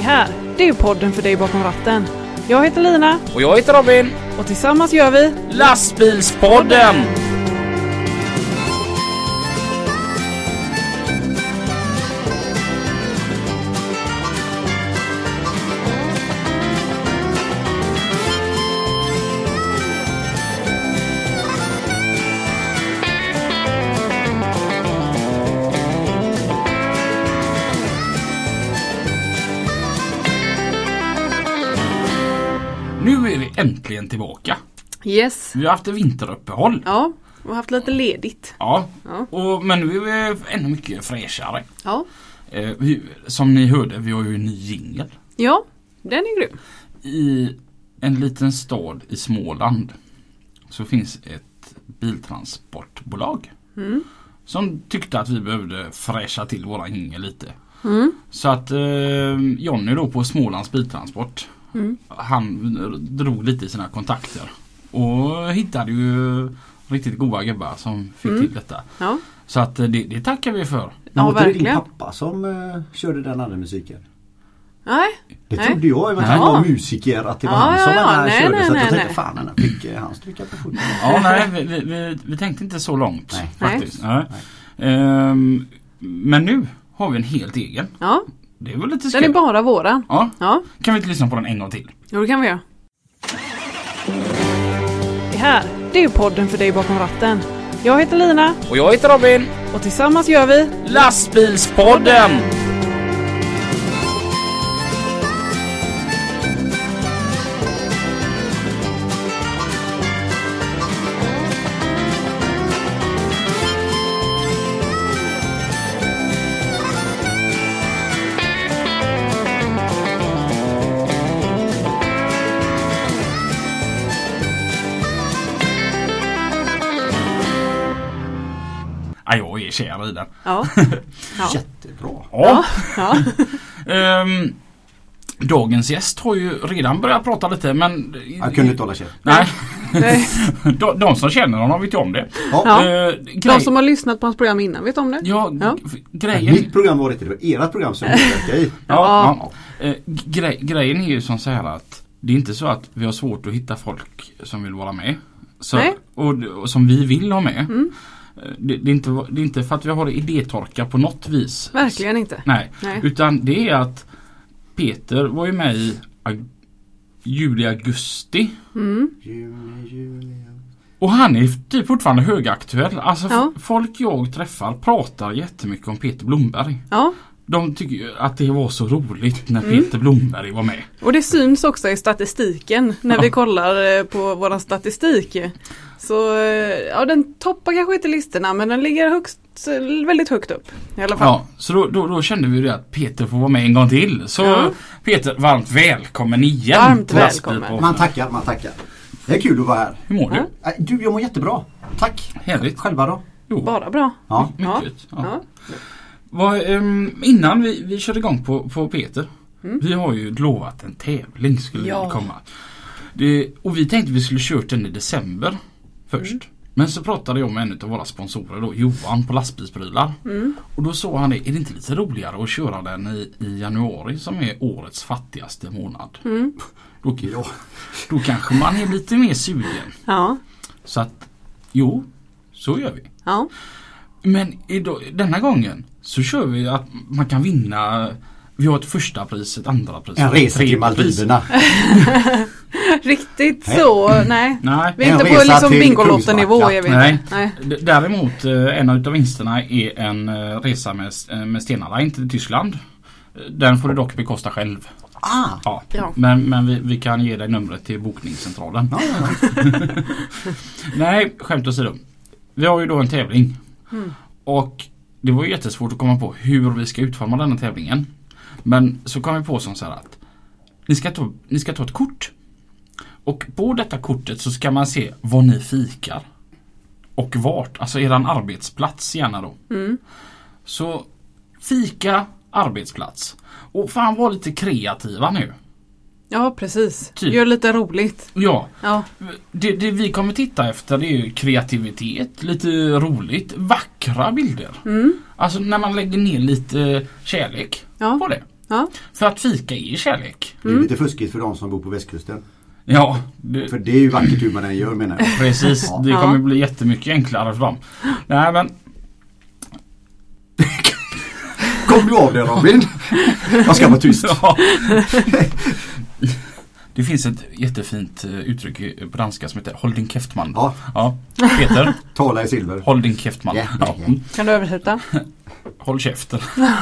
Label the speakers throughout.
Speaker 1: här, det är podden för dig bakom ratten. Jag heter Lina.
Speaker 2: Och jag heter Robin.
Speaker 1: Och tillsammans gör vi
Speaker 2: Lastbilspodden! Nu är vi äntligen tillbaka.
Speaker 1: Yes.
Speaker 2: Vi har haft ett vinteruppehåll.
Speaker 1: Ja, vi har haft lite ledigt.
Speaker 2: Ja.
Speaker 1: Ja.
Speaker 2: Men nu är vi ännu mycket fräschare.
Speaker 1: Ja.
Speaker 2: Som ni hörde, vi har ju en ny jingle.
Speaker 1: Ja, den är grym.
Speaker 2: I en liten stad i Småland så finns ett biltransportbolag som tyckte att vi behövde fräscha till våra jingle lite. Så att Jonny då på Smålands biltransport, han drog lite i sina kontakter och hittade ju riktigt goda gubbar som fick till detta.
Speaker 1: Ja.
Speaker 2: Så att det tackar vi för.
Speaker 1: Ja,
Speaker 3: Var det din
Speaker 1: verkligen.
Speaker 3: pappa som körde den andra musiken?
Speaker 1: Nej.
Speaker 3: Det
Speaker 1: Nej.
Speaker 3: trodde jag, men
Speaker 2: Nej.
Speaker 3: han var musiker, att det var
Speaker 1: Ja,
Speaker 3: han som
Speaker 1: ja,
Speaker 3: den här körde. Så att jag
Speaker 1: nej.
Speaker 3: tänkte, fan, han fick han stryka på foten.
Speaker 2: Ja, nej, vi tänkte inte så långt.
Speaker 3: Nej.
Speaker 2: Faktiskt. Nej. Men nu har vi en helt egen.
Speaker 1: Ja,
Speaker 2: Det är väl lite
Speaker 1: den
Speaker 2: skoj.
Speaker 1: är bara våran.
Speaker 2: Ja.
Speaker 1: Ja,
Speaker 2: Kan vi inte lyssna på den en gång till?
Speaker 1: jo, det kan vi göra. Det här, det är podden för dig bakom ratten. Jag heter Lina.
Speaker 2: Och jag heter Robin.
Speaker 1: Och tillsammans gör vi
Speaker 2: Lastbilspodden! Ja, jag är kär i den.
Speaker 1: Ja. Ja.
Speaker 3: Jättebra.
Speaker 2: Ja.
Speaker 1: Ja.
Speaker 2: Dagens gäst har ju redan börjat prata lite, men...
Speaker 3: Jag kunde inte hålla käft.
Speaker 2: Nej.
Speaker 1: Nej.
Speaker 2: de som känner honom vet ju om det.
Speaker 1: Ja.
Speaker 2: Grej...
Speaker 1: De som har lyssnat på hans program innan vet om det.
Speaker 2: Ja,
Speaker 1: Ja.
Speaker 2: grejen...
Speaker 3: Mitt program var inte, det var ert program som jag medverkade i.
Speaker 2: Ja. Grejen är ju som så här att det är inte så att vi har svårt att hitta folk som vill vara med. Så,
Speaker 1: Nej.
Speaker 2: och som vi vill ha med. Det är inte för att vi har idétorka på något vis.
Speaker 1: Verkligen inte.
Speaker 2: Nej.
Speaker 1: Nej.
Speaker 2: Utan det är att Peter var ju med i juli-augusti.
Speaker 3: Juni.
Speaker 2: Och han är typ fortfarande högaktuell. Alltså
Speaker 1: Ja.
Speaker 2: folk jag träffar pratar jättemycket om Peter Blomberg.
Speaker 1: Ja.
Speaker 2: De tycker ju att det var så roligt när Peter Blomberg var med.
Speaker 1: Och det syns också i statistiken när vi kollar på våran statistik. Så ja, den toppar kanske inte listorna, men den ligger väldigt högt upp i alla fall.
Speaker 2: Ja, så då kände vi det att Peter får vara med en gång till. Så
Speaker 1: Ja.
Speaker 2: Peter, varmt välkommen igen.
Speaker 1: Varmt
Speaker 2: till Lastbil
Speaker 1: välkommen.
Speaker 2: på-
Speaker 3: Man tackar. Det är kul att vara här.
Speaker 2: Hur mår du?
Speaker 1: Ja.
Speaker 3: Du, jag mår jättebra. Tack.
Speaker 2: Härligt.
Speaker 3: Själva då?
Speaker 2: Jo,
Speaker 1: Bara bra.
Speaker 3: Ja.
Speaker 2: mycket. Ja.
Speaker 1: Ja.
Speaker 2: Innan vi kör igång på Peter. Vi har ju lovat en tävling skulle
Speaker 1: Ja.
Speaker 2: komma. Och vi tänkte vi skulle kört den i december först. Men så pratade jag med en av våra sponsorer då, Johan på Lastbilsprylar. Och då sa han det, är det inte lite roligare att köra den i januari som är årets fattigaste månad? Då kanske man är lite mer sugen.
Speaker 1: Ja.
Speaker 2: Så att, jo, så gör vi.
Speaker 1: Ja.
Speaker 2: Men denna gången så kör vi att man kan vinna. Vi har ett första pris, ett andra pris.
Speaker 3: En
Speaker 2: ett
Speaker 3: resa
Speaker 2: tredje
Speaker 3: till Maldiverna.
Speaker 1: Riktigt så, nej.
Speaker 2: Nej.
Speaker 1: Vi är inte
Speaker 3: En
Speaker 1: på
Speaker 3: resa
Speaker 1: liksom
Speaker 3: till
Speaker 1: Bingolotto-nivå,
Speaker 3: Kungsbacka.
Speaker 1: är vi inte.
Speaker 2: Nej.
Speaker 1: Nej.
Speaker 2: Däremot en av vinsterna är en resa med Stena Line till Tyskland. Den får du dock bekosta själv. Ja.
Speaker 1: Ja.
Speaker 2: Men vi kan ge dig numret till bokningscentralen.
Speaker 3: Ja.
Speaker 2: Nej, skämt åsido. Vi har ju då en tävling. Och det var ju jättesvårt att komma på hur vi ska utforma denna tävlingen. Men så kom vi på som så här att ni ska ta ett kort. Och på detta kortet så ska man se vad ni fikar. Och vart. Alltså eran arbetsplats gärna då. Så fika, arbetsplats. Och fan var lite kreativa nu.
Speaker 1: Ja, precis.
Speaker 2: Typ.
Speaker 1: Gör lite roligt.
Speaker 2: Ja.
Speaker 1: Ja.
Speaker 2: Det vi kommer titta efter det är ju kreativitet, lite roligt, vackra bilder. Alltså när man lägger ner lite kärlek på det.
Speaker 1: Ja.
Speaker 2: För att fika är kärlek.
Speaker 3: Det är lite fuskigt för de som bor på västkusten.
Speaker 2: Ja,
Speaker 3: För det är ju vackert hur man den gör, menar jag.
Speaker 2: precis. Det kommer bli jättemycket enklare för dem. Nej, men
Speaker 3: Kom du av det, Robin? Jag ska vara tyst.
Speaker 2: ja. Det finns ett jättefint uttryck på danska som heter Håll din käftman.
Speaker 3: Ja.
Speaker 2: Peter,
Speaker 3: Tala i silver.
Speaker 2: håll din käftman.
Speaker 3: Ja.
Speaker 1: Kan du översätta?
Speaker 2: Håll käften.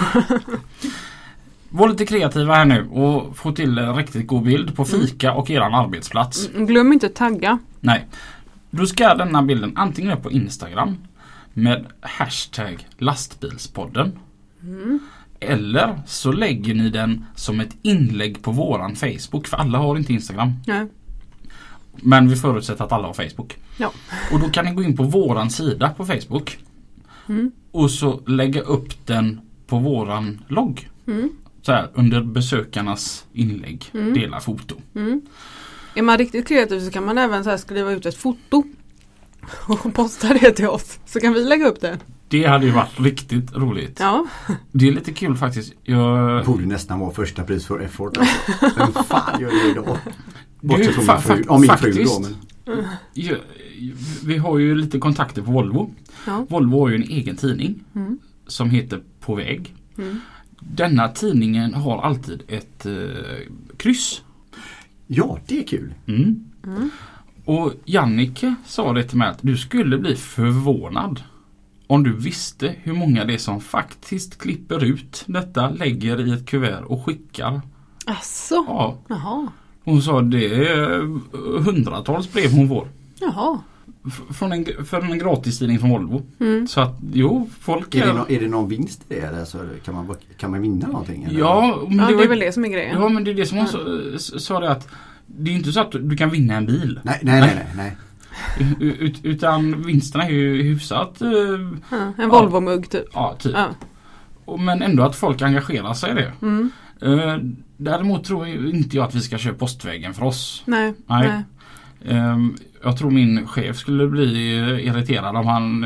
Speaker 2: Var lite kreativa här nu och få till en riktigt god bild på fika och eran arbetsplats.
Speaker 1: Glöm inte tagga.
Speaker 2: Nej. Då ska denna bilden antingen upp på Instagram med hashtag lastbilspodden. Eller så lägger ni den som ett inlägg på våran Facebook. För alla har inte Instagram.
Speaker 1: Nej.
Speaker 2: Men vi förutsätter att alla har Facebook.
Speaker 1: Ja.
Speaker 2: Och då kan ni gå in på våran sida på Facebook. Och så lägga upp den på våran logg. Så här, under besökarnas inlägg. Dela foto.
Speaker 1: Är man riktigt kreativ så kan man även så här skriva ut ett foto. Och posta det till oss. Så kan vi lägga upp det.
Speaker 2: Det hade ju varit riktigt roligt.
Speaker 1: Ja.
Speaker 2: Det är lite kul faktiskt.
Speaker 3: Det borde nästan vara första pris för effort. Alltså. Vem fan gör det då? Bortsett från min fru då. Men...
Speaker 2: Vi har ju lite kontakter på Volvo.
Speaker 1: Ja.
Speaker 2: Volvo har ju en egen tidning som heter På väg. Denna tidningen har alltid ett kryss.
Speaker 3: Ja, det är kul.
Speaker 2: Och Jannike sa det till mig att du skulle bli förvånad om du visste hur många det är som faktiskt klipper ut detta, lägger i ett kuvert och skickar.
Speaker 1: Asså?
Speaker 2: Ja.
Speaker 1: Jaha.
Speaker 2: Hon sa det är hundratals brev hon får.
Speaker 1: Jaha.
Speaker 2: Från en gratistidning från Volvo. Så att jo, folk
Speaker 3: är det någon vinst i det? Alltså, kan man vinna någonting? Eller?
Speaker 2: Ja, men
Speaker 1: det är väl det som är grejen.
Speaker 2: Ja, men det är det som hon sa det att det är inte så att du kan vinna en bil.
Speaker 3: Nej.
Speaker 2: Utan vinsterna är ju hyfsat.
Speaker 1: En Volvo-mugg typ.
Speaker 2: Ja, typ. Ja. Men ändå att folk engagerar sig i det. Däremot tror inte jag att vi ska köra postvägen för oss.
Speaker 1: Nej.
Speaker 2: Jag tror min chef skulle bli irriterad om han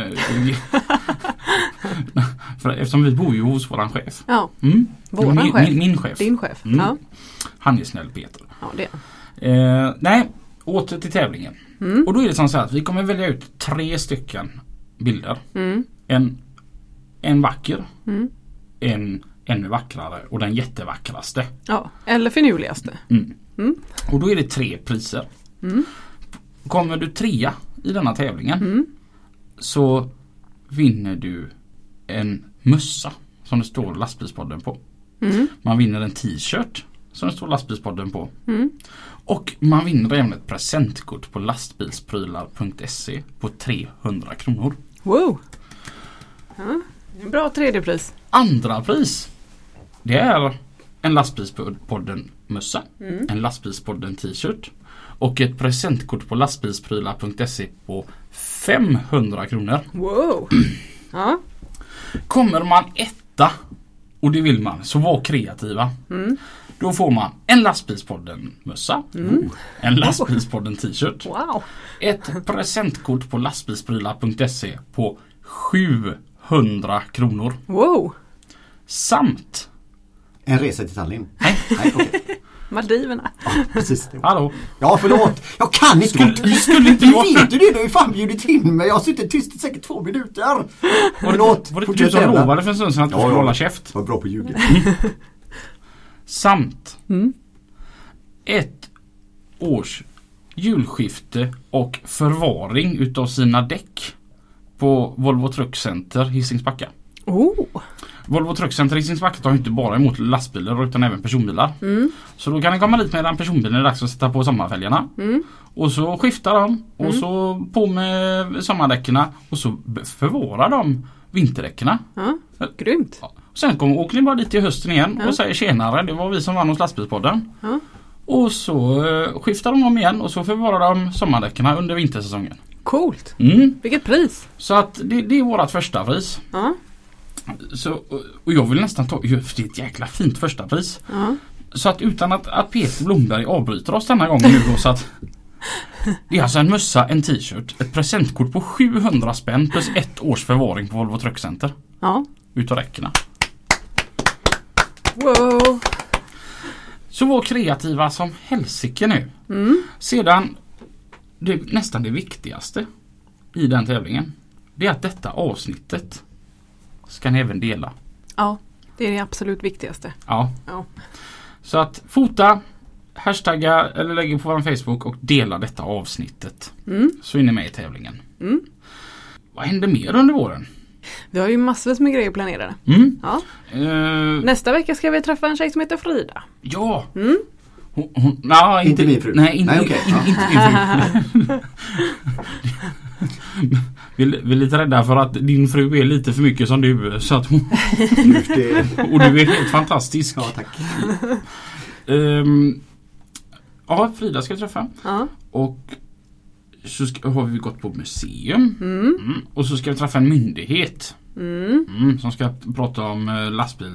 Speaker 2: för eftersom vi bor ju hos våran chef.
Speaker 1: Ja. Våran chef.
Speaker 2: Min chef.
Speaker 1: Din chef. Ja.
Speaker 2: Han är snäll, Peter.
Speaker 1: Ja, det.
Speaker 2: Nej, åter till tävlingen. Och då är det som så att vi kommer välja ut 3 stycken bilder. En vacker, en ännu vackrare och den jättevackraste.
Speaker 1: Ja, eller finurligaste.
Speaker 2: Och då är det 3 priser. Kommer du 3 i denna tävlingen så vinner du en mössa som det står lastbilspodden på. Man vinner en t-shirt som det står lastbilspodden på. Och man vinner även ett presentkort på lastbilsprylar.se på 300 kronor.
Speaker 1: Wow! Ja, en bra 3:e pris.
Speaker 2: Andra pris, det är en lastbilspodden mössa, en lastbilspodden t-shirt och ett presentkort på lastbilsprylar.se på 500 kronor.
Speaker 1: Wow! Ja.
Speaker 2: Kommer man etta, och det vill man, så var kreativa. Då får man en lastbilspodden mössa, en lastbilspodden t-shirt, ett presentkort på lastbilsprylar.se på 700 kronor.
Speaker 1: Wow!
Speaker 2: Samt
Speaker 3: en resa till Tallinn.
Speaker 2: Nej,
Speaker 3: okej.
Speaker 1: Maldiverna.
Speaker 3: Ja, precis.
Speaker 2: Hallå.
Speaker 3: Ja, förlåt. Jag kan inte vara tyst.
Speaker 2: Skulle inte vara...
Speaker 3: Vet du det? Du har ju fan bjudit in mig. Jag har suttit tyst i säkert 2 minuter. Förlåt.
Speaker 2: Var det du som lovade för en stund sedan att du skulle hålla käft?
Speaker 3: Var bra på ljuget.
Speaker 2: Samt ett års julskifte och förvaring utav sina däck på Volvo Truck Center Hisingsbacka. Volvo Truck Center Hisingsbacka tar inte bara emot lastbilar utan även personbilar. Så då kan ni komma dit med den personbilen, är dags att sätta på sommarfälgarna. Och så skiftar de och så på med sommardäckerna och så förvarar de vinterdäckerna.
Speaker 1: Ja, grymt.
Speaker 2: Ja. Sen åker ni bara dit i hösten igen och säger tjenare, det var vi som vann hos lastbilspodden. Och så skiftar de om igen och så förvarar de sommardäckerna under vintersäsongen.
Speaker 1: Coolt. Vilket pris.
Speaker 2: Så att det är vårat första pris. Så, och jag vill nästan ta, för det är ett jäkla fint första pris. Så att utan att Peter Blomberg avbryter oss denna gången nu då, så att det är alltså en mössa, en t-shirt, ett presentkort på 700 spänn plus 1 års förvaring på Volvo Truck Center. Utav räckorna.
Speaker 1: Wow.
Speaker 2: Så var kreativa som helsike nu. Sedan, nästan det viktigaste i den tävlingen, det är att detta avsnittet ska ni även dela.
Speaker 1: Ja, det är det absolut viktigaste.
Speaker 2: Ja.
Speaker 1: Ja.
Speaker 2: Så att fota, hashtagga eller lägga på vår Facebook och dela detta avsnittet. Så är ni med i tävlingen. Vad händer mer under våren?
Speaker 1: Vi har ju massvis med grejer planerade. Ja. Nästa vecka ska vi träffa en tjej som heter Frida.
Speaker 2: Ja. Nej,
Speaker 3: Inte min fru.
Speaker 2: Nej, inte min fru. Vi är lite rädda för att din fru är lite för mycket som du. Så att hon... Och du är helt fantastisk.
Speaker 3: Ja, tack.
Speaker 2: Ja, Frida ska träffa.
Speaker 1: Ja.
Speaker 2: Och så har vi gått på museum. Och så ska vi träffa en myndighet. Som ska prata om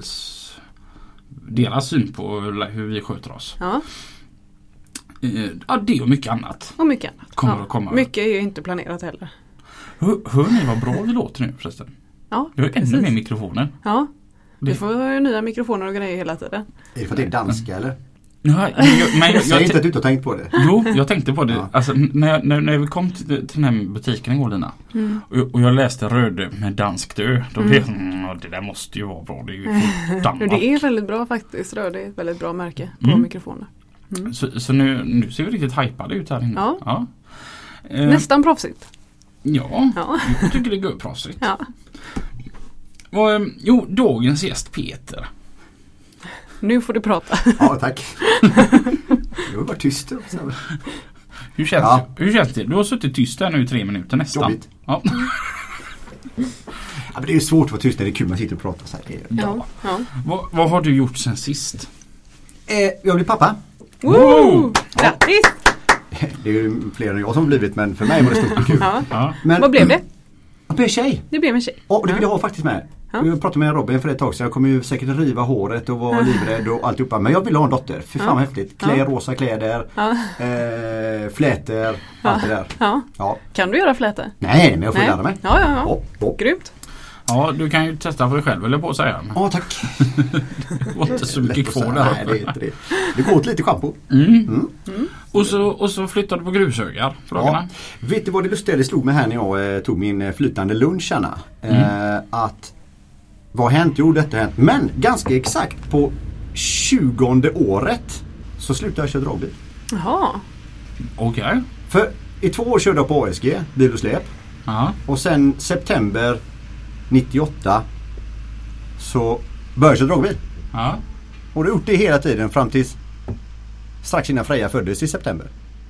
Speaker 2: deras syn på hur vi sköter oss.
Speaker 1: Ja.
Speaker 2: Ja, det och mycket annat.
Speaker 1: Och mycket annat.
Speaker 2: Kommer att komma.
Speaker 1: Mycket är ju inte planerat heller.
Speaker 2: Hör ni vad bra vi låter nu förresten?
Speaker 1: Ja,
Speaker 2: vi har ännu mer mikrofoner.
Speaker 1: Ja, vi får nya mikrofoner och grejer hela tiden.
Speaker 3: Är det för att det är danska eller?
Speaker 2: Nej,
Speaker 3: jag säger inte att du inte har tänkt på det.
Speaker 2: Jo, jag tänkte på det. Ja. Alltså, när vi kom till den här butiken igår, Lina, och jag läste Röde med danskt ö, då blev det där måste ju vara bra. Det är ju från Danmark.
Speaker 1: Det är väldigt bra faktiskt. Röde är ett väldigt bra märke på mikrofoner.
Speaker 2: Så nu ser vi riktigt hypade ut här inne.
Speaker 1: Ja. Nästan proffsigt.
Speaker 2: Ja, jag tycker det går proffsigt.
Speaker 1: Ja.
Speaker 2: Jo, dagens gäst Peter.
Speaker 1: Nu får du prata.
Speaker 3: Ja, tack. Jag var bara tyst.
Speaker 2: Hur känns det? Du har suttit tyst här nu i 3 minuter nästan.
Speaker 3: Jobbigt.
Speaker 2: Ja.
Speaker 3: Ja, men det är ju svårt att vara tyst när det är kul man sitter och pratar så här.
Speaker 1: Ja.
Speaker 2: Vad har du gjort sen sist?
Speaker 3: Jag blir pappa.
Speaker 1: Wow! Grattis!
Speaker 3: Det är ju fler än jag som blivit, men för mig var det stort och kul.
Speaker 1: Ja.
Speaker 3: Men,
Speaker 1: vad blev det?
Speaker 3: Jag blev tjej.
Speaker 1: Det blev en tjej.
Speaker 3: Och det vill jag ha faktiskt med. Jag pratade med Robin för ett tag sedan. Jag kommer ju säkert riva håret och vara livrädd och alltihopa. Men jag vill ha en dotter. För fan vad häftigt. Rosa kläder. Flätor. Allt det där.
Speaker 1: Ja. Kan du göra flätor?
Speaker 3: Nej, men jag får lära mig.
Speaker 1: Ja. Grymt.
Speaker 2: Ja, du kan ju testa för dig själv, eller på att säga.
Speaker 3: Ja, tack.
Speaker 2: Det var inte så mycket kvar där.
Speaker 3: Nej, det är inte det. Det går åt lite schampo.
Speaker 2: Och så flyttade du på grushögar.
Speaker 3: Ja. Vet du vad det lustiga slog mig här när jag tog min flytande lunch, Anna? Att vad har hänt? Jo, detta har hänt. Men ganska exakt på 20:e året så slutade jag köra dragbil.
Speaker 1: Jaha.
Speaker 2: Okej.
Speaker 3: För i 2 år körde jag på ASG, bil och släp. Och sen september 98 så började jag dragbil. Och det har gjort det hela tiden fram till strax innan Freja föddes i september.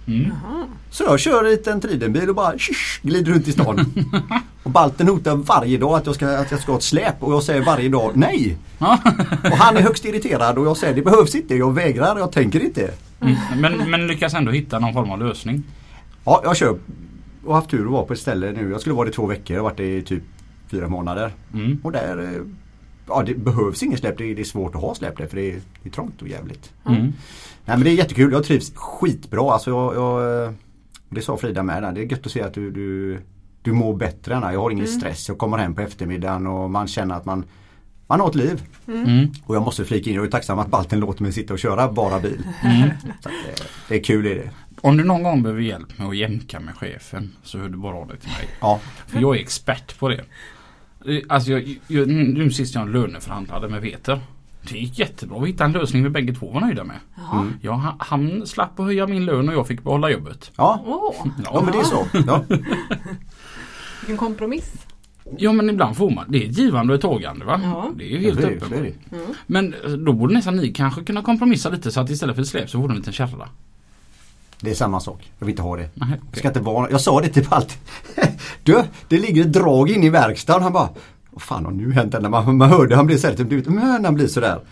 Speaker 3: Så jag kör hit en tridenbil och bara glider runt i stan. Och Balten hotar varje dag att jag ska ha ett släp. Och jag säger varje dag nej. Och han är högst irriterad och jag säger det behövs inte. Jag vägrar, jag tänker inte.
Speaker 2: Men lyckas ändå hitta någon form av lösning.
Speaker 3: Ja, jag kör och haft tur att vara på ett ställe nu. Jag skulle vara det 2 veckor. Jag har varit det i typ 4 månader. Och där det behövs ingen släp. Det är svårt att ha släp där för det är trångt och jävligt. Nej, men det är jättekul. Jag trivs skitbra. Alltså det sa Frida med där. Det är gött att se att du mår bättre. Jag har ingen stress. Jag kommer hem på eftermiddagen och man känner att man har ett liv. Och jag måste flika in. Jag är tacksam att Balten låter mig sitta och köra bara bil. Så att, det är kul i det.
Speaker 2: Om du någon gång behöver hjälp med att jämka med chefen så hör du bara av dig till mig.
Speaker 3: Ja.
Speaker 2: För jag är expert på det. Alltså nu sist jag löneförhandlade med Peter. Det gick jättebra att hitta en lösning vi bägge två var nöjda med. Han slapp att höja min lön och jag fick behålla jobbet.
Speaker 3: Ja, men det är så. Ja.
Speaker 1: Vilken kompromiss.
Speaker 2: Ja, men ibland får man. Det är ett givande och ett tagande, va? Ja. Det är ju helt öppet. Men då borde nästan ni kanske kunna kompromissa lite så att istället för ett släp så får du en liten kärra. Det
Speaker 3: är samma sak. Jag vill inte ha det.
Speaker 2: Nej, okay.
Speaker 3: Ska inte vara. Jag sa det till Balten. Det ligger ett drag in i verkstaden. Han bara, vad fan har nu hänt? När man hörde han blev så här, men han blir så där.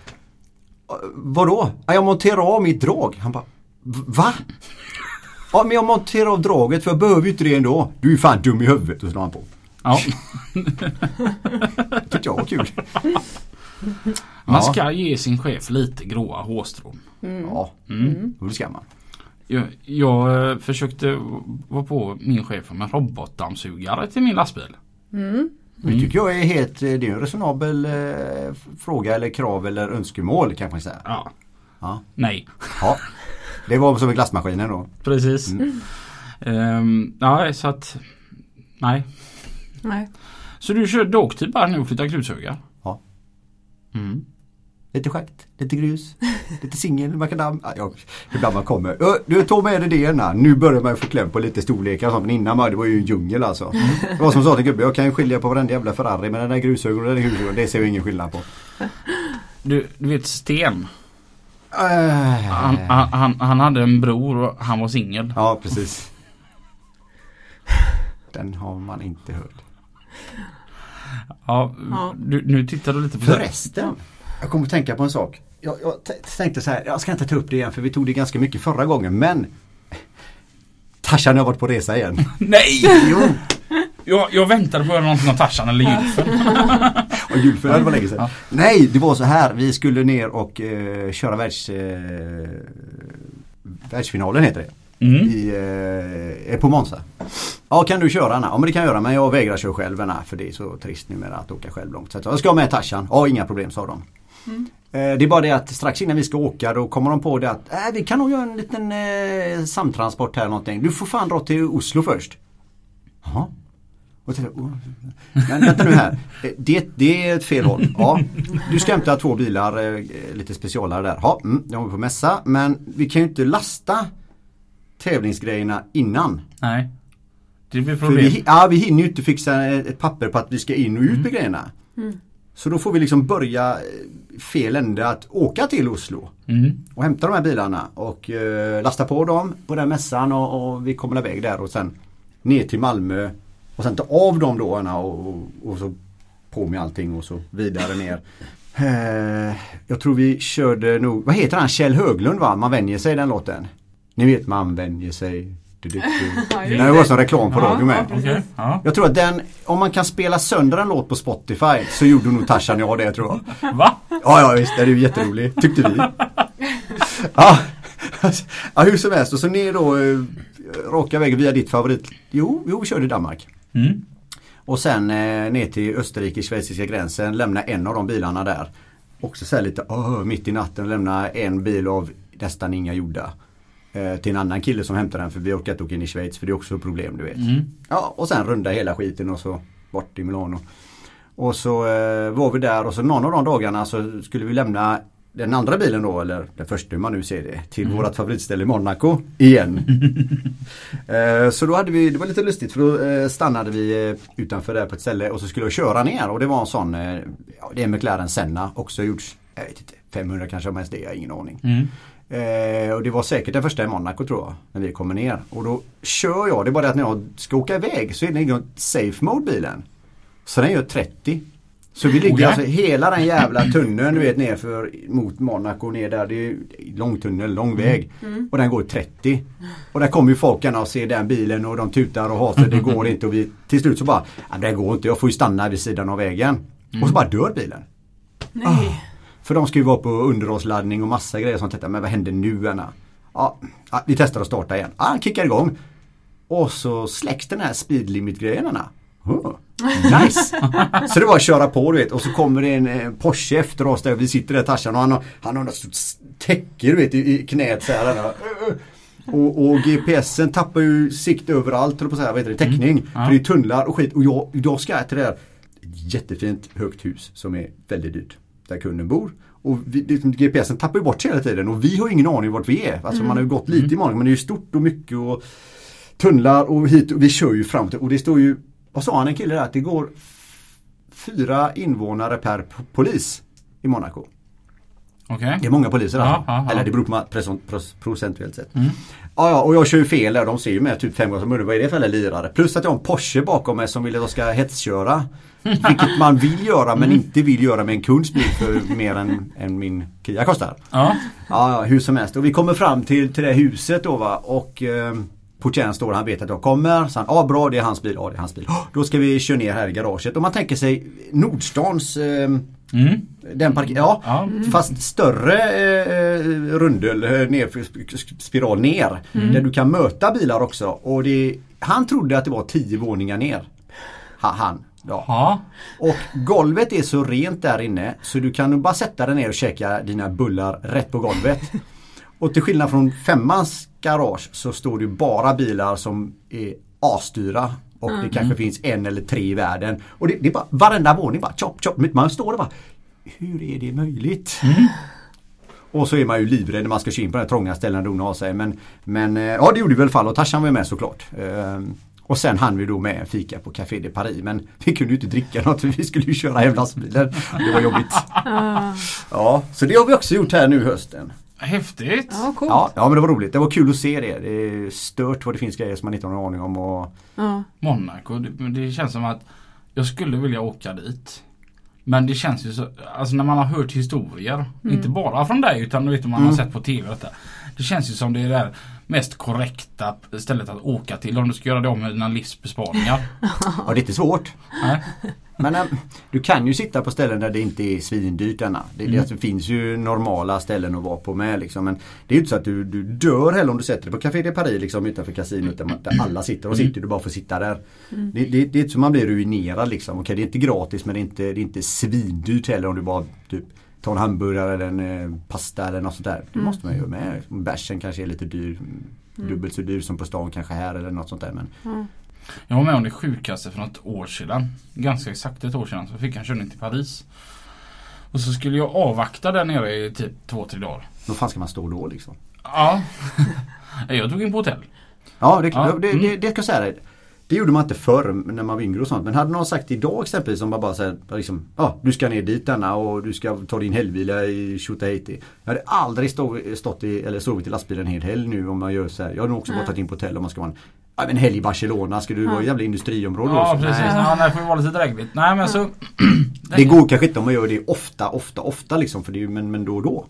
Speaker 3: Vadå? Jag monterar av mitt drag. Han bara, va? Ja, men jag monterar av draget för jag behöver ju inte det ändå. Du är fan dum i huvudet, och slår han på.
Speaker 2: Ja.
Speaker 3: Tyckte jag var kul.
Speaker 2: Man ska ge sin chef lite gråa hårstrån.
Speaker 3: Ja, det ska man.
Speaker 2: Jag försökte vara på min chef med robotdammsugare till min lastbil.
Speaker 3: Det tycker jag är det är en resonabel fråga eller krav eller önskemål kan man säga.
Speaker 2: Ja. Nej.
Speaker 3: Ja. Det var som med glassmaskinen då.
Speaker 2: Precis. Så att nej. Så du kör dågtid bara nu och flyttar grushögar?
Speaker 3: Ja. Lite schakt, lite grus, lite singel, makadam. Ibland man kommer. Du tog med idéerna. Nu börjar man få kläm på lite storlekar. Men innan det var ju en djungel alltså. Det var som sa till gubbe, jag kan ju skilja på varenda jävla Ferrari. Men den där grushögen och den där grushögen, det ser jag ingen skillnad på.
Speaker 2: Du vet Sten? Han hade en bror och han var singel.
Speaker 3: Ja, precis. Den har man inte hört.
Speaker 2: Ja. Nu tittar du lite på
Speaker 3: förresten. Jag kommer att tänka på en sak. Jag tänkte så här, jag ska inte ta upp det igen för vi tog det ganska mycket förra gången, men Tarzan har varit på resa igen.
Speaker 2: Nej! Jo. Jag väntade på någonting om Tarzan eller Gylfen.
Speaker 3: Och Gylfen, det var länge sedan. Ja. Nej, det var så här. Vi skulle ner och köra världsfinalen heter det. På Monza. Ja, kan du köra? Ja, men det kan jag göra, men jag vägrar köra själv för det är så trist numera att åka själv långt. Så jag ska med Tarzan. Ja, inga problem, sa de. Det är bara det att strax innan vi ska åka då kommer de på det att vi kan nog göra en liten samtransport här eller någonting. Du får fan dra till Oslo först. Jaha. Men vänta nu här. Det är ett fel håll. Ja, du ska hämta 2 bilar lite specialare där. Ja, de är på mässa, men vi kan ju inte lasta tävlingsgrejerna innan.
Speaker 2: Nej. Det blir problem.
Speaker 3: Vi hinner ju inte fixa ett papper på att vi ska in och ut med grejerna. Så då får vi liksom börja fel ände att åka till Oslo och hämta de här bilarna och lasta på dem på den mässan och vi kommer iväg där och sen ner till Malmö och sen ta av dem då och så på med allting och så vidare ner. Jag tror vi körde nog, vad heter han? Kjell Höglund, va? Man vänjer sig den låten. Ni vet, man vänjer sig. Det var som reklam på radio med.
Speaker 2: Okay.
Speaker 3: Jag tror att om man kan spela sönder en låt på Spotify så gjorde nog Tarzan det, tror jag.
Speaker 2: Va?
Speaker 3: Ja, visst, det är ju jätteroligt, tyckte vi. Ja, hur som helst. Och så ner då raka vägen via ditt favorit. Jo, vi körde Danmark. Och sen ner till Österrike-schweiziska gränsen, lämna en av de bilarna där. Också så här lite mitt i natten lämna en bil av nästan inga gjorda. Till en annan kille som hämtar den för vi orkar inte åka in i Schweiz för det är också ett problem, du vet. Ja, och sen runda hela skiten och så bort i Milano. Och så var vi där och så någon av de dagarna så skulle vi lämna den andra bilen då, eller den första man nu ser det, till vårat favoritställe i Monaco igen. Så då hade vi, det var lite lustigt för då stannade vi utanför där på ett ställe och så skulle jag köra ner och det var en sån, det är en McLaren Senna, också gjorts, jag vet inte, 500 kanske om ens det, jag har ingen aning. Och det var säkert den första i Monaco tror jag, när vi kommer ner. Och då kör jag, det är bara det att när jag ska åka iväg så är det ingen safe mode bilen. Så den gör 30. Så vi ligger alltså hela den jävla tunneln, du vet, nerför mot Monaco ner där. Det är lång tunnel, lång väg. Och den går 30. Och där kommer ju folkarna och ser den bilen och de tutar och hatar, det går inte. Och vi till slut så bara, det går inte, jag får ju stanna vid sidan av vägen. Och så bara dör bilen.
Speaker 1: Nej.
Speaker 3: För de ska ju vara på underhållsladdning och massa grejer sånt. Men vad händer nu, Anna? Ja, vi testar att starta igen. Kickar igång. Och så släcks den här speed limit-grejen, Anna. Nice! Så det var att köra på, du vet. Och så kommer det en Porsche efter oss där vi sitter där, Tarzan, och han har något stort täcke, du vet, i knät så här. Och GPSen tappar ju sikt överallt, eller på så här, vad heter det, täckning. För det är tunnlar och skit. Och jag ska till det där jättefint högt hus som är väldigt dyrt. Där kunden bor. Och GPSen tappar ju bort sig hela tiden. Och vi har ingen aning vart vi är. Alltså man har ju gått lite i morgon, men det är ju stort och mycket och tunnlar och hit. Och vi kör ju fram till. Och det står ju, vad sa han, en kille där, att det går 4 invånare per polis i Monaco.
Speaker 2: Okay.
Speaker 3: Det är många poliser alltså. Eller det beror på procentuellt sett. Ja, och jag kör ju fel där. De ser ju med typ 5 gånger som vad är det för alla lirare? Plus att jag har en Porsche bakom mig som vill att jag ska hetsköra. Vilket man vill göra men inte vill göra med en kunds bil för mer än min Kia kostar. Ja, hur som helst. Och vi kommer fram till det huset då, va. Och portieren står, han vet att jag kommer. Så han, bra, det är hans bil. Ja, det är hans bil. Då ska vi köra ner här i garaget. Och man tänker sig Nordstans den fast större rundel ner, spiral ner. Där du kan möta bilar också. Och han trodde att det var 10 våningar ner. Han. Ja. Och golvet är så rent där inne så du kan bara sätta dig ner och käka dina bullar rätt på golvet. Och till skillnad från 5:ans garage så står det bara bilar som är asdyra. Och det kanske finns 1 eller 3 i världen. Och det är bara varenda våning bara chop. Man står där bara, hur är det möjligt? Och så är man ju livrädd när man ska köra in på den trånga ställen och dona av sig. Men ja, det gjorde vi i alla fall och Tarzan var med såklart. Och sen hann vi då med en fika på Café de Paris. Men vi kunde ju inte dricka något för vi skulle ju köra hem lastbilen. Det var jobbigt. Ja, så det har vi också gjort här nu hösten.
Speaker 2: Häftigt.
Speaker 1: Ja, coolt.
Speaker 3: Ja, men det var roligt. Det var kul att se det. Det är stört vad det finns grejer som man inte har någon aning om. Och...
Speaker 2: Monaco, det känns som att jag skulle vilja åka dit. Men det känns ju så, alltså när man har hört historier, inte bara från dig utan vet man har sett på tv detta. Det känns ju som det är det mest korrekta stället att åka till om du ska göra det om med dina livsbesparingar.
Speaker 3: Ja, det är inte svårt.
Speaker 2: Nej.
Speaker 3: Men du kan ju sitta på ställen där det inte är svindyrt denna. Det finns ju normala ställen att vara på med liksom. Men det är ju inte så att du dör heller om du sätter dig på Café de Paris liksom, utanför kasinot där alla sitter och sitter du bara får sitta där. Det är inte så man blir ruinerad liksom. Okej, det är inte gratis men det är inte svindyrt heller om du bara typ tar en hamburgare eller en pasta eller något sånt där. Det måste man ju med. Bärsen kanske är lite dyr. Dubbelt så dyr som på stan kanske här eller något sånt där. Men...
Speaker 2: Jag var med om det sjukaste för något år sedan. Ganska exakt ett år sedan så fick jag en körning till Paris. Och så skulle jag avvakta där nere i typ 2-3 dagar.
Speaker 3: Vad fan ska man stå då liksom?
Speaker 2: Ja. Jag tog in på hotell.
Speaker 3: Ja, det ska jag säga dig. Det gjorde man inte förr när man var yngre och sånt. Men hade någon sagt idag exempelvis som bara säger liksom, du ska ner dit denna och du ska ta din helgvila i Tjotahejti. Jag hade aldrig stått eller sovit i lastbilen en hel helg nu om man gör så här. Jag hade nog också bara tagit in på hotell om man ska vara en helg i Barcelona. Ska du vara i jävla industriområde?
Speaker 2: Ja, precis. Nej, får ju vara lite drägligt. Nej, men så...
Speaker 3: Det går kanske inte om man gör det ofta liksom. För det är ju, men då och då.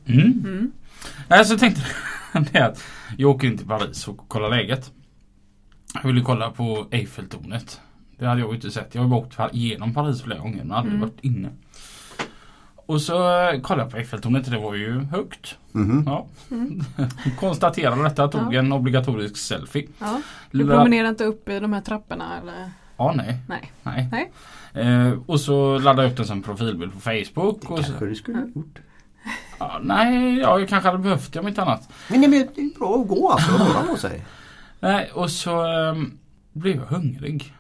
Speaker 2: Nej, så tänkte jag att jag åker in till Paris och kollar läget. Jag ville kolla på Eiffeltornet. Det hade jag inte sett. Jag har bara åkt igenom Paris flera gånger men aldrig varit inne. Och så kollade jag på Eiffeltornet och det var ju högt. Ja. Konstaterade detta, tog en obligatorisk selfie.
Speaker 1: Ja. Du promenerar inte upp i de här trapporna eller?
Speaker 2: Ja, nej. Och så laddade jag upp en sån profilbild på Facebook.
Speaker 3: Det kanske du skulle ha gjort.
Speaker 2: Ja, jag kanske hade behövt det om inte annat.
Speaker 3: Men det är bra att gå alltså, att röra på sig.
Speaker 2: Nej, och så blev jag hungrig.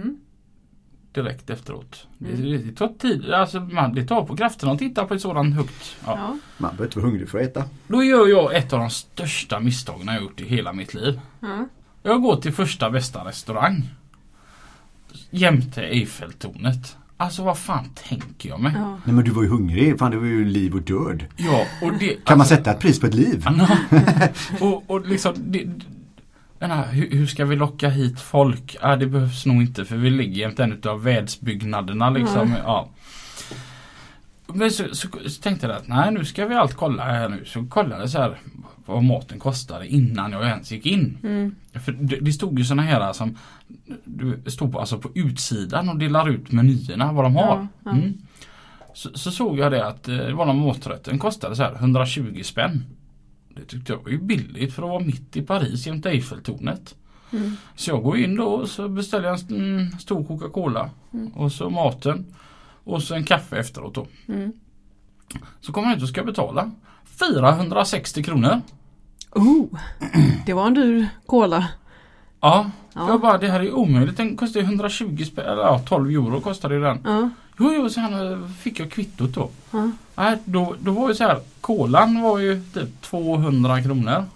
Speaker 2: Direkt efteråt. Det tar tid, alltså det tar på kraften att titta på ett sådant högt. Ja.
Speaker 3: Man behöver inte vara hungrig för att äta.
Speaker 2: Då gör jag ett av de största misstagen jag gjort i hela mitt liv. Jag går till första bästa restaurang. Jämte Eiffeltornet. Alltså vad fan tänker jag med?
Speaker 3: Nej, men du var ju hungrig. Fan, det var ju liv och död.
Speaker 2: Ja, och det...
Speaker 3: Kan man sätta ett pris på ett liv?
Speaker 2: och liksom... hur ska vi locka hit folk? Det behövs nog inte för vi ligger jämte en av världsbyggnaderna liksom. Ja. Men så tänkte jag att nej, nu ska vi allt kolla här nu. Så kollade jag så här vad maten kostade innan jag ens gick in. För det stod ju såna här som du stod på, alltså på utsidan och delar ut menyerna vad de har. Så såg jag det att det var någon maträtt. Den kostade så här 120 spänn. Det tyckte jag var ju billigt för att vara mitt i Paris jämte Eiffeltornet. Så jag går in då och så beställer jag en stor Coca-Cola. Och så maten. Och så en kaffe efteråt då. Så kommer jag ut och ska betala 460 kronor.
Speaker 1: Det var en dyr cola.
Speaker 2: Ja. Jag bara, det här är omöjligt. Den kostar 120 spänn, eller 12 euro kostade den. Jo, sen fick jag kvittot då. Nej, då var ju så här, kolan var ju typ 200 kronor.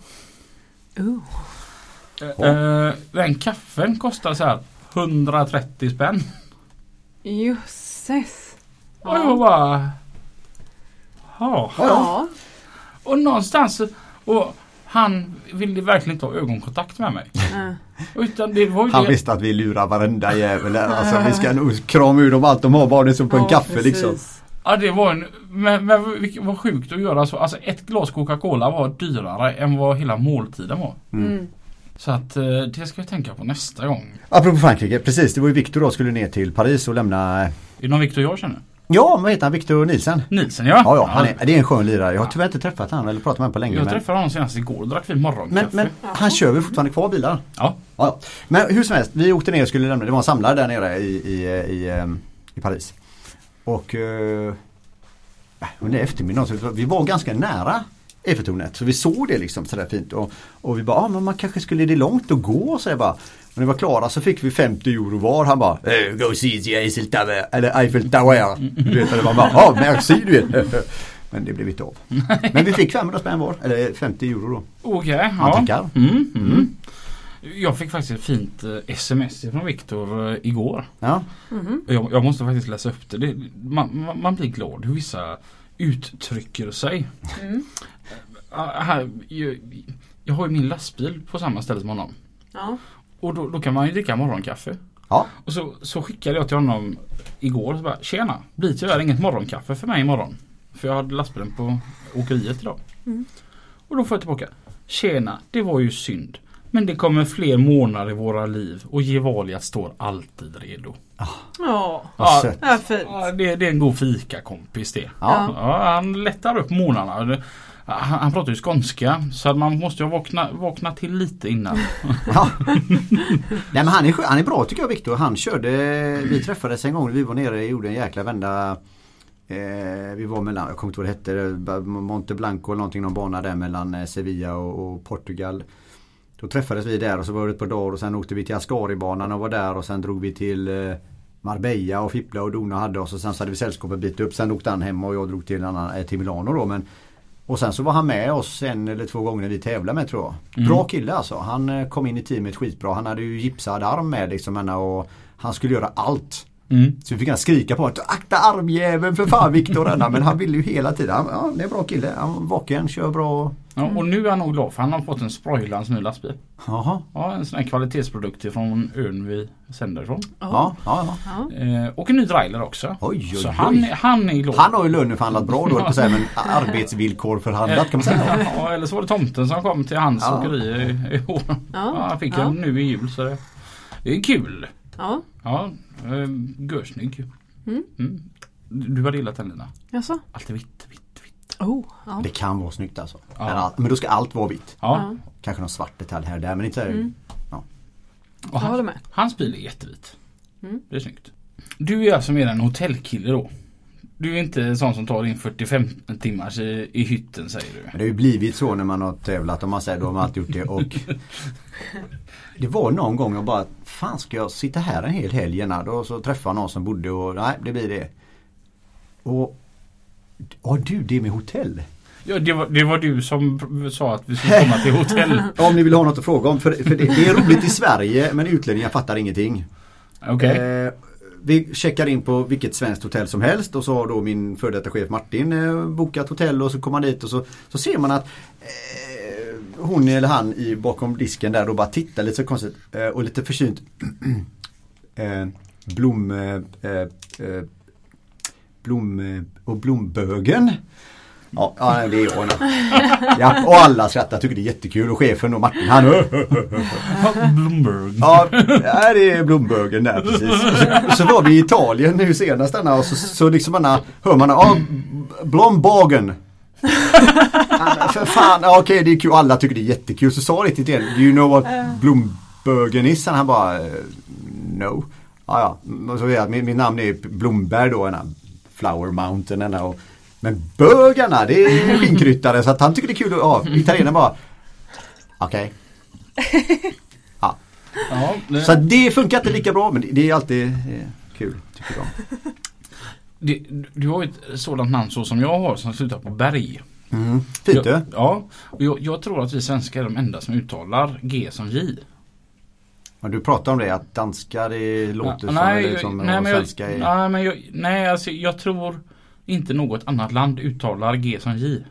Speaker 2: Den kaffen kostade så här 130 spänn.
Speaker 1: Jösses.
Speaker 2: Och jag bara... Ja. Och någonstans... Och han ville verkligen inte ha ögonkontakt med mig. Utan det var ju
Speaker 3: han visste att vi lurar varenda jävel. Alltså, vi ska nog krama ur dem allt de har bara som på en kaffe precis. Liksom.
Speaker 2: Ja, det var men var sjukt att göra så. Alltså ett glas Coca-Cola var dyrare än vad hela måltiden var. Så att det ska jag tänka på nästa gång.
Speaker 3: Apropå Frankrike, precis. Det var ju Victor då skulle ner till Paris och lämna...
Speaker 2: Är det någon Victor jag känner?
Speaker 3: Ja, vad heter han? Victor Nielsen.
Speaker 2: Nielsen, ja.
Speaker 3: Det är en skön lirare. Jag har tyvärr inte träffat han eller pratat med honom på länge.
Speaker 2: Jag träffade honom senast igår och drack vid morgonkaffe.
Speaker 3: Men han kör väl fortfarande kvar bilar?
Speaker 2: Ja.
Speaker 3: Men hur som helst, vi åkte ner och skulle lämna. Det var en samlare där nere i i Paris. Och under eftermiddagen så vi var ganska nära Eiffeltornet, så vi såg det liksom sådär fint och vi bara, men man kanske skulle det långt att gå, så jag bara. Och när vi var klara så fick vi 50 euro var. Han bara, go see the Eiffel Tower, eller Eiffel Tower. Du vet, det var bara, merci du vet. Men det blev inte av. Men vi fick 500 spänn var, eller 50 euro då.
Speaker 2: Okej,
Speaker 3: ja.
Speaker 2: Jag fick faktiskt ett fint sms från Viktor igår.
Speaker 3: Ja.
Speaker 2: Jag måste faktiskt läsa upp det. Man blir glad hur vissa uttrycker sig. Jag har ju min lastbil på samma ställe som honom.
Speaker 1: Ja.
Speaker 2: Och då kan man ju dricka morgonkaffe.
Speaker 3: Ja.
Speaker 2: Och så skickade jag till honom igår och bara, tjena, blir tyvärr inget morgonkaffe för mig imorgon. För jag hade lastbilen på åkeriet idag. Och då får jag tillbaka, tjena, det var ju synd. Men det kommer fler månader i våra liv och Gevalia står alltid redo.
Speaker 3: Vad sött.
Speaker 2: Det är en god fika-kompis det.
Speaker 3: Ja.
Speaker 2: Han lättar upp månaderna. Han pratar ju skånska, så man måste ju vakna till lite innan.
Speaker 3: Ja. Nej, men han är bra tycker jag, Viktor. Han körde, vi träffades en gång, vi var nere och gjorde en jäkla vända. Vi var mellan, jag kommer inte ihåg vad det hette, Monte Blanco eller någonting, någon bana där mellan Sevilla och Portugal. Då träffades vi där och så var det ett par dagar och sen åkte vi till Ascari-banan och var där och sen drog vi till Marbella och Fippla och Dona hade oss och sen så hade vi sällskap en bit upp. Sen åkte han hem och jag drog till Milano då, och sen så var han med oss 1 eller 2 gånger när vi tävlade med, tror jag. Bra kille alltså. Han kom in i teamet skitbra. Han hade ju gipsad arm med liksom, och han skulle göra allt. Så vi fick skrika på att akta armjäveln för fan Viktor. Men han ville ju hela tiden. Ja, det är bra kille. Han var vaken, kör bra.
Speaker 2: Ja, och nu är han nog glad för han har fått en Sproilans ny lastbil.
Speaker 3: Jaha.
Speaker 2: Ja, en sån här kvalitetsprodukt från ön vi sänder ifrån.
Speaker 3: Ja.
Speaker 2: Och en ny dreiler också.
Speaker 3: Oj.
Speaker 2: Så han är glad.
Speaker 3: Han har ju löneförhandlat bra då, på säga, men arbetsvillkor förhandlat kan man säga.
Speaker 2: Ja, eller så var det tomten som kom till hans åkeri i år. Ja, han fick en nu i jul, så det är kul. Ja, görsnygg. Du har gillat den, Lina?
Speaker 1: Jaså?
Speaker 2: Allt är vitt.
Speaker 3: Det kan vara snyggt alltså. Men då ska allt vara vitt.
Speaker 2: Ja.
Speaker 3: Kanske någon svart detalj här och där, men inte
Speaker 2: Och hans bil är jättevit. Det är snyggt. Du är alltså mer en hotellkille då. Du är inte en sån som tar in 45 timmar i hytten, säger du.
Speaker 3: Det har ju blivit så när man har tävlat, om man säger, då har man alltid gjort det. Och det var någon gång jag bara, fan ska jag sitta här en hel helg då, så träffade någon som bodde och nej, det blir det. Och det med hotell. Ja,
Speaker 2: det var du som sa att vi skulle komma till hotell.
Speaker 3: Om ni vill ha något att fråga om, för det är roligt i Sverige, men utlänningar fattar ingenting.
Speaker 2: Okej.
Speaker 3: Vi checkar in på vilket svenskt hotell som helst och så har då min före detta chef Martin bokat hotell och så kommer man dit och så ser man att hon eller han bakom disken där då bara tittar lite så konstigt och lite försynt blombögen. Ja, det är jag. Ja, och alla skrattar, tycker det är jättekul. Och chefen och Martin, han
Speaker 2: Bloomberg.
Speaker 3: Ja, det är Blombögen där, precis. Så var vi i Italien nu senast och så liksom hör man Blombagen. För fan, okej, det är kul. Alla tycker det är jättekul. Så sa riktigt det. Do you know what Blombögen is? Han bara, no. Ja. Och så vet jag att mitt namn är Blomberg då, Flower Mountain men bögarna, det är skinkryttare, så att han tycker det är kul. Ja, italienaren bara okej. Ja. Så det funkar inte lika bra, men det är alltid kul, tycker jag.
Speaker 2: Du har ett sådant namn så som jag har, som slutar på Berg.
Speaker 3: Fint du?
Speaker 2: Ja, och jag tror att vi svenskar är de enda som uttalar G som J.
Speaker 3: Men du pratar om det, att danska det låter som svenska är...
Speaker 2: Jag tror inte något annat land uttalar G som J.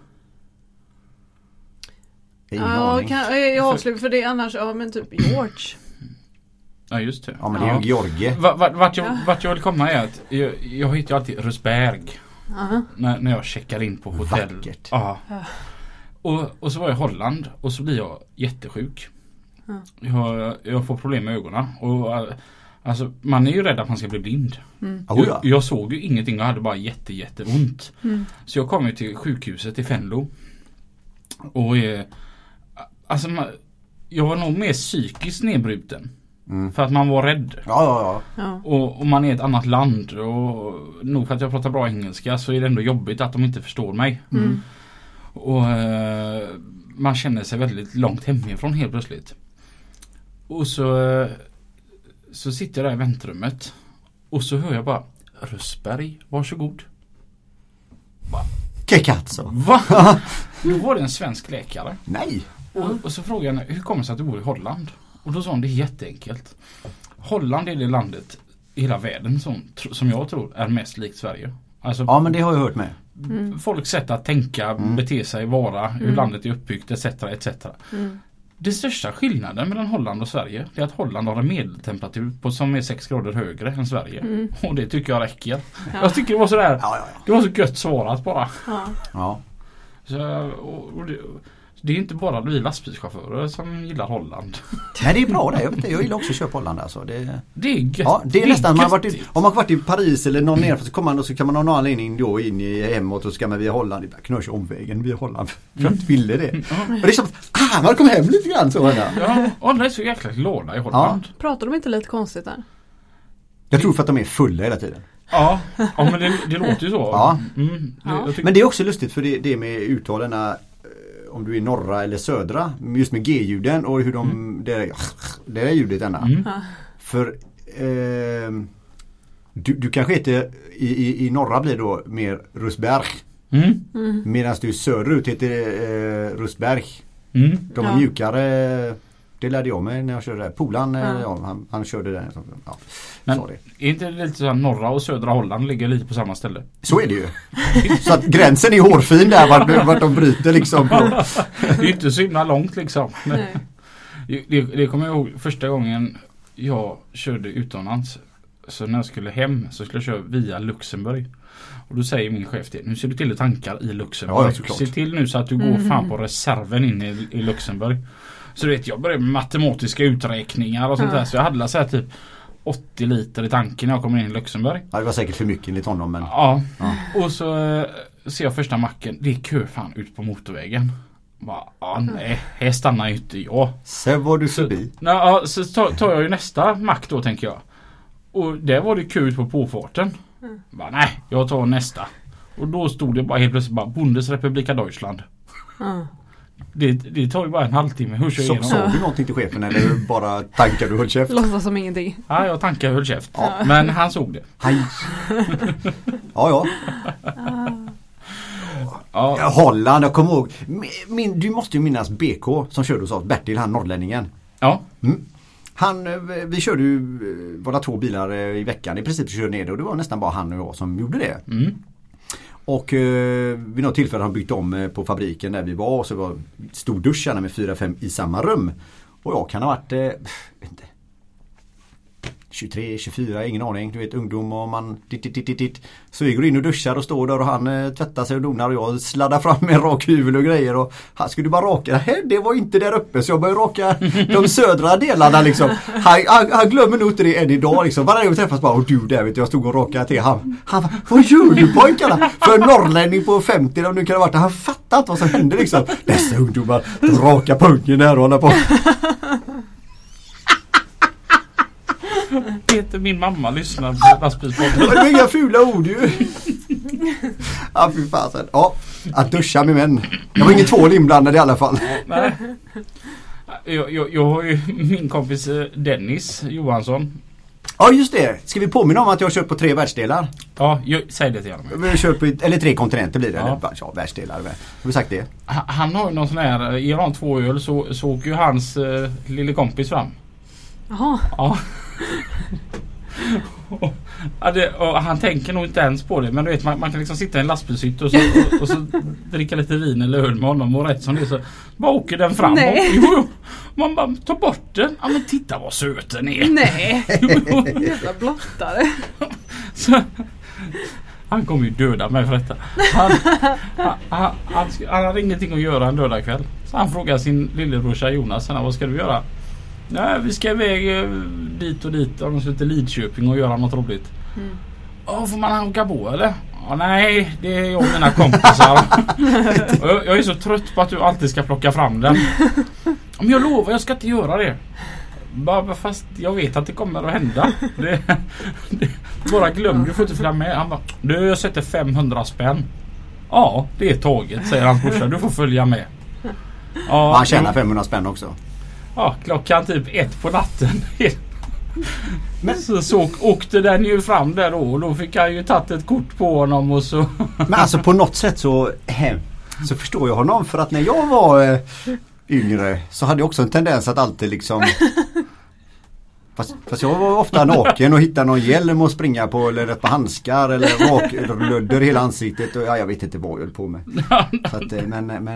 Speaker 1: Jag avslutar för det annars, men typ George.
Speaker 2: Ja, just det.
Speaker 3: Ja, men det är ju George.
Speaker 2: Vart jag vill komma är att jag hittar alltid Rosberg när jag checkar in på hotell.
Speaker 3: Vackert.
Speaker 2: Ja. Och så var jag i Holland och så blir jag jättesjuk. Jag får problem med ögonen och alltså, man är ju rädd att man ska bli blind. Jag såg ju ingenting och hade bara jätteont. Så jag kom ju till sjukhuset i Fenlo. Och alltså jag var nog mer psykiskt nedbruten För att man var rädd.
Speaker 3: Ja.
Speaker 2: Och man är ett annat land. Och nog för att jag pratar bra engelska så är det ändå jobbigt att de inte förstår mig. Och man känner sig väldigt långt hemifrån helt plötsligt. Och så sitter jag där i väntrummet. Och så hör jag bara Rösberg, varsågod.
Speaker 3: Kekatso.
Speaker 2: Va? Då var det en svensk läkare.
Speaker 3: Nej.
Speaker 2: Och så frågade jag henne, hur kommer det sig att du bor i Holland? Och då sa hon, det är jätteenkelt. Holland är det landet i hela världen som jag tror är mest likt Sverige. Alltså,
Speaker 3: ja, men det har jag hört med.
Speaker 2: Folks sätt att tänka, bete sig, vara, hur landet är uppbyggt, etc. Det största skillnaden mellan Holland och Sverige är att Holland har en medeltemperatur som är 6 grader högre än Sverige. Och det tycker jag räcker. Ja. Jag tycker det var sådär, det var så gött svarat bara.
Speaker 3: Ja.
Speaker 2: Så, det är inte bara vi lastbilschaufförer som gillar Holland.
Speaker 3: Nej, det är bra det. Jag gillar också att köpa Holland. Alltså. Det är
Speaker 2: gött.
Speaker 3: Ja, det är nästan, om man har varit i Paris eller någon nerför så kommer man och så kan man ha någon anledning då in i hemåt och så ska man via Holland. Jag knörs omvägen via Holland för jag inte ville det. Och det är som att man kom hem lite grann så.
Speaker 2: Ja, det är så jäkla glada i Holland.
Speaker 1: Ja. Pratar de inte lite konstigt där?
Speaker 3: Jag tror för att de är fulla hela tiden.
Speaker 2: Ja men det låter ju så.
Speaker 3: Ja. Men det är också lustigt för det med uttalarna om du är norra eller södra just med G-ljuden och hur det är ljudet denna. För du kanske heter i norra blir då mer Rösberg. Medan du söderut heter Rösberg. De är mjukare. Det lärde jag mig när jag körde där. Polan, han körde där. Ja,
Speaker 2: men är inte det lite så att norra och södra Holland ligger lite på samma ställe?
Speaker 3: Så är det ju. Så att gränsen är hårfin där vart de bryter liksom.
Speaker 2: Det är inte så himla långt liksom.
Speaker 1: Nej.
Speaker 2: Det kommer jag ihåg första gången jag körde utomlands. Så när jag skulle hem så skulle jag köra via Luxemburg. Och då säger min chef till, nu ser du till att tankar i Luxemburg.
Speaker 3: Ja,
Speaker 2: se till nu så att du går fan på reserven in i Luxemburg. Så du vet, jag började med matematiska uträkningar och sånt där. Så jag hade så här typ 80 liter i tanken när jag kom in i Luxemburg.
Speaker 3: Ja, det var säkert för mycket enligt honom. Men...
Speaker 2: Ja. Och så ser jag första macken. Det är kö fan ut på motorvägen. Nej, här stannar ju inte jag.
Speaker 3: Sen var du förbi.
Speaker 2: Så tar jag ju nästa mack då, tänker jag. Och där var det kö ut på påfarten. Nej, jag tar nästa. Och då stod det bara helt plötsligt Bundesrepublika Deutschland. Det tar ju bara en halvtimme. Hur kör jag
Speaker 3: sa du någonting till chefen eller bara tankar du höll käft?
Speaker 1: Låtsas som ingenting.
Speaker 2: Ja, jag tankar och höll käft. Ja. Men han såg det.
Speaker 3: Ja. Holland, jag kommer ihåg. Du måste ju minnas BK som körde hos oss. Bertil, han norrlänningen.
Speaker 2: Ja.
Speaker 3: Vi körde ju våra 2 bilar i veckan. I princip körde ner det och det var nästan bara han och jag som gjorde det. Och vid något tillfälle har byggt om på fabriken där vi var. Och så var stor duscharna med 4-5 i samma rum. Och jag kan ha varit 23, 24, ingen aning. Du vet, ungdom och man Så vi går in och duschar och står där och han tvättar sig och donar och jag sladdar fram med en rak huvud och grejer och han skulle bara raka. Det var inte där uppe så jag började raka de södra delarna liksom. Han glömmer nog inte det än idag liksom. Varje gång vi träffas bara, och du där vet jag stod och rakade till han vad gör du pojkarna? För en norrlänning på 50 om nu kan det ha varit, han fattar inte vad som hände liksom. Dessa ungdomar raka pungen där och hålla på.
Speaker 2: Peter, min mamma lyssnar på lastbilspodden.
Speaker 3: Det är inga fula ord ju. Ja, fy fasen. Ja, att duscha med män. Jag var ingen tvål inblandad i alla fall.
Speaker 2: Nej. Jag har ju min kompis Dennis Johansson.
Speaker 3: Ja, just det. Ska vi påminna om att jag har kört på 3 världsdelar?
Speaker 2: Ja, säg det till honom.
Speaker 3: Vi har kört på, eller 3 kontinenter blir det. Ja. Eller, världsdelar. Har vi sagt det?
Speaker 2: Han har ju någon sån här, ger han 2 öl så åker ju hans lille kompis fram.
Speaker 1: Jaha.
Speaker 2: Ja. Och han tänker nog inte ens på det. Men du vet, man kan liksom sitta i en lastbilshytt och så dricka lite vin eller öl med honom och rätt som det så bara åker den fram. Jo, man bara tar bort den. Ja, men titta vad söt den är.
Speaker 1: Nej, jävla blottare.
Speaker 2: Så, han kommer ju döda mig för detta. Han har ingenting att göra en lördagkväll. Så han frågar sin lillebrorsa Jonas, vad ska du göra? Nej, vi ska iväg dit och dit om de slutar Lidköping och göra något roligt. Får man åka på eller? Nej, det är jag och mina kompisar. Jag är så trött på att du alltid ska plocka fram den. Men jag lovar, jag ska inte göra det. Bara, fast jag vet att det kommer att hända. Bara glöm, du får inte följa med. Han bara, jag sätter 500 spänn. Ja, det är taget, säger hans brorsa. Du får följa med. Ja,
Speaker 3: han tjänar 500 spänn också.
Speaker 2: Ja, klockan typ 1 på natten. Men så åkte den ju fram där då. Och då fick han ju tagit ett kort på honom och så.
Speaker 3: Men alltså på något sätt så förstår jag honom. För att när jag var yngre så hade jag också en tendens att alltid liksom... Fast jag var ofta naken och hittade någon hjälm och springa på eller ett par handskar eller lödder i hela ansiktet. Och jag vet inte vad jag höll på med. Så att,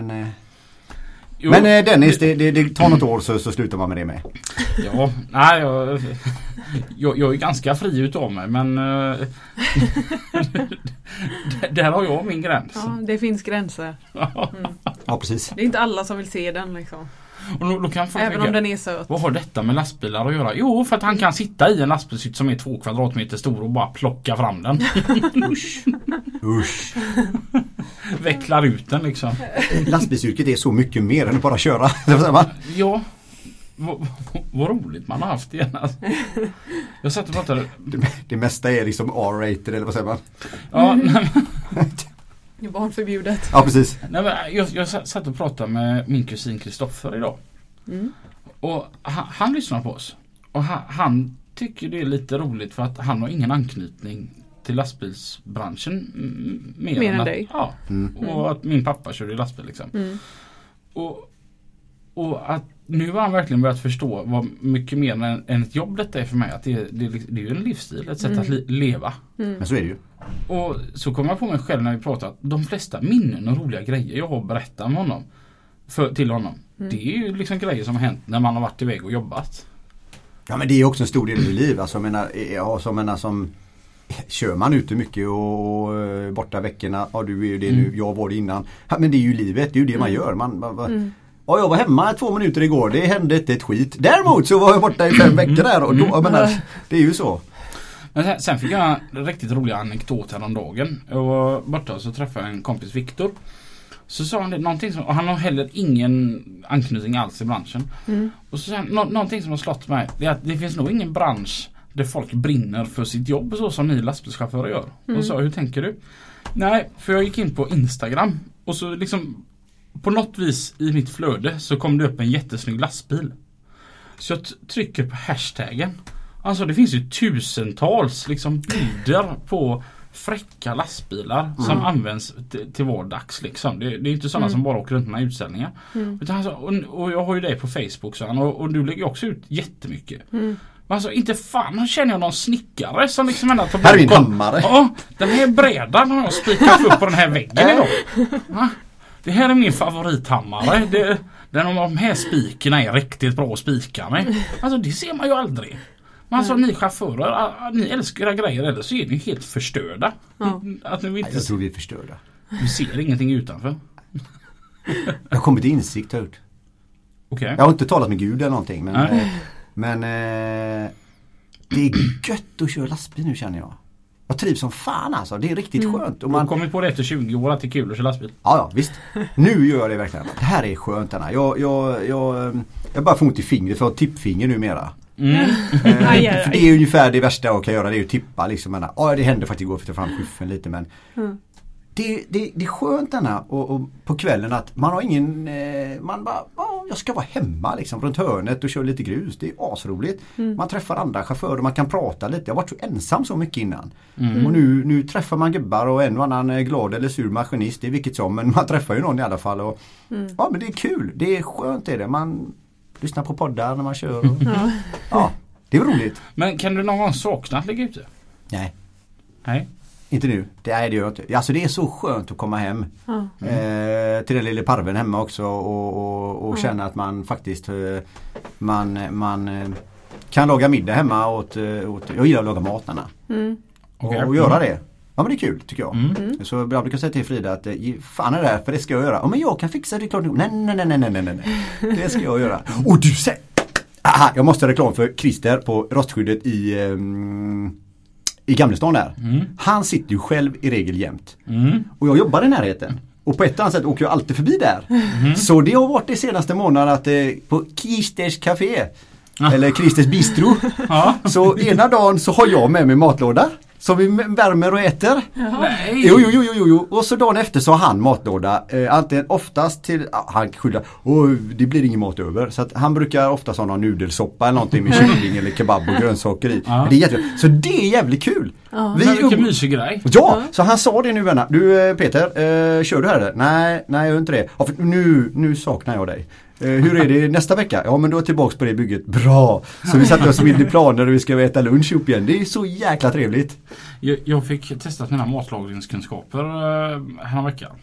Speaker 3: men Dennis, det tar något år så slutar man med det med.
Speaker 2: Ja, nej, jag är ganska fri utav mig, men där har jag min gräns.
Speaker 1: Ja, det finns gränser.
Speaker 3: Ja, precis.
Speaker 1: Det är inte alla som vill se den liksom.
Speaker 2: Och då kan
Speaker 1: även om den är söt.
Speaker 2: Vad har detta med lastbilar att göra? Jo, för att han kan sitta i en lastbilshytt som är 2 kvadratmeter stor och bara plocka fram den. Usch. Vecklar ut den liksom.
Speaker 3: Lastbilsyrket är så mycket mer än att bara köra.
Speaker 2: Ja. Vad roligt man har haft det. Jag satt och pratade.
Speaker 3: Det mesta är liksom R-rated eller vad säger man?
Speaker 2: Ja,
Speaker 1: det är barnförbjudet.
Speaker 3: Ja, precis.
Speaker 2: Nej, men jag satt och pratade med min kusin Kristoffer idag. Och han lyssnar på oss. Och han tycker det är lite roligt för att han har ingen anknytning till lastbilsbranschen mer än dig. Ja. Och att min pappa körde lastbil liksom. Och att nu har han verkligen börjat förstå vad mycket mer än ett jobb detta är för mig. Att det är ju en livsstil, ett sätt att leva.
Speaker 3: Men så är det ju.
Speaker 2: Och så kom jag på mig själv när vi pratade att de flesta minnen och roliga grejer jag har berättat om honom till honom. Det är ju liksom grejer som har hänt när man har varit iväg och jobbat. Ja,
Speaker 3: men det är också en stor del i liv. Alltså, som kör man ute mycket och borta veckorna. Ja, du är ju det nu, jag var det innan. Ja, men det är ju livet, det är ju det man gör. Ja, jag var hemma 2 minuter igår, det hände inte ett skit. Däremot så var jag borta i 5 veckor där och då, det är ju så.
Speaker 2: Men sen fick jag en riktigt rolig anekdot häromdagen. Jag var borta och så träffade jag en kompis, Viktor. Så sa han det, någonting som, och han har heller ingen anknytning alls i branschen. Och så sa han, någonting som har slått mig, det är att det finns nog ingen bransch där folk brinner för sitt jobb så som ni lastbilschaufförer gör. Och så, hur tänker du? Nej, för jag gick in på Instagram och så liksom på något vis i mitt flöde så kom det upp en jättesnygg lastbil. Så jag trycker på hashtaggen. Alltså det finns ju tusentals liksom bilder på fräcka lastbilar som används till vardags liksom. Det är inte sådana som bara åker runt med utställningar. Utan alltså, och jag har ju dig på Facebook så, och du lägger också ut jättemycket. Alltså inte fan känner jag någon snickare som liksom ändå tar
Speaker 3: här är min hammare.
Speaker 2: Ja, den här brädan har jag spikat upp på den här väggen idag. Ja, det här är min favorithammare. Den av de här spikerna är riktigt bra att spika med. Alltså det ser man ju aldrig. Men alltså ni chaufförer, ni älskar era grejer eller så är ni helt förstörda. Att ni inte...
Speaker 3: Jag tror vi är förstörda.
Speaker 2: Du ser ingenting utanför.
Speaker 3: Jag har kommit till insikt här.
Speaker 2: Okay.
Speaker 3: Jag har inte talat med Gud eller någonting. Men det är gött att köra lastbil nu känner jag. Jag trivs som fan alltså. Det är riktigt skönt.
Speaker 2: Och man kommer på det efter 20 år att det är kul att köra lastbil.
Speaker 3: Ja, visst. Nu gör jag det verkligen. Det här är skönt. Jag bara får ont i fingret för att tippfinger numera. För det är ungefär det värsta jag kan göra. Det är att tippa liksom. Det hände faktiskt igår för att ta fram skyffen lite. Men det är skönt denna och på kvällen att man har ingen man bara, jag ska vara hemma liksom runt hörnet och köra lite grus. Det är asroligt. Man träffar andra chaufförer, man kan prata lite. Jag har varit så ensam så mycket innan. Och nu träffar man gubbar och en och annan glad eller sur maskinist, det är vilket som, men man träffar ju någon i alla fall och ja, men det är kul. Det är skönt är det. Man lyssnar på poddar när man kör och, ja, det är roligt.
Speaker 2: Men kan du någon gång sakna att ligga ute? Nej. Inte nu.
Speaker 3: Det gör jag inte. Alltså det är så skönt att komma hem till den lilla parven hemma också och känna att man faktiskt man kan laga middag hemma åt jag gillar att laga matarna. Och göra det. Ja, men det är kul tycker jag. Så jag brukar säga till Frida att fan är det här, för det ska jag göra. Ja, men jag kan fixa det klart. Nej. Det ska jag göra. Och du säger jag måste ha reklam för Christer på rostskyddet i Gamlestan där. Han sitter ju själv i regel jämt. Och jag jobbar i närheten. Och på ett annat sätt åker jag alltid förbi där. Så det har varit det senaste månaden att på Christers café eller Christers Bistro. Så ena dagen så har jag med mig matlåda som vi värmer och äter.
Speaker 2: Nej.
Speaker 3: Jo. Och så dagen efter så har han matlåda. Antingen oftast till, han skyller, det blir ingen mat över. Så att han brukar oftast ha någon nudelsoppa eller någonting med kyckling eller kebab och grönsaker i. Men det är jättekul. Så det är jävligt kul.
Speaker 2: Vilken mysig grej.
Speaker 3: Ja, så han sa det nu vänner. Du Peter, kör du här eller? Nej, jag gör inte det. Ja, för nu saknar jag dig. Hur är det nästa vecka? Ja, men då är jag tillbaka på det bygget. Bra! Så vi satte oss vid i planer och vi ska äta lunch upp igen. Det är så jäkla trevligt.
Speaker 2: Jag fick testa mina matlagningskunskaper här en vecka.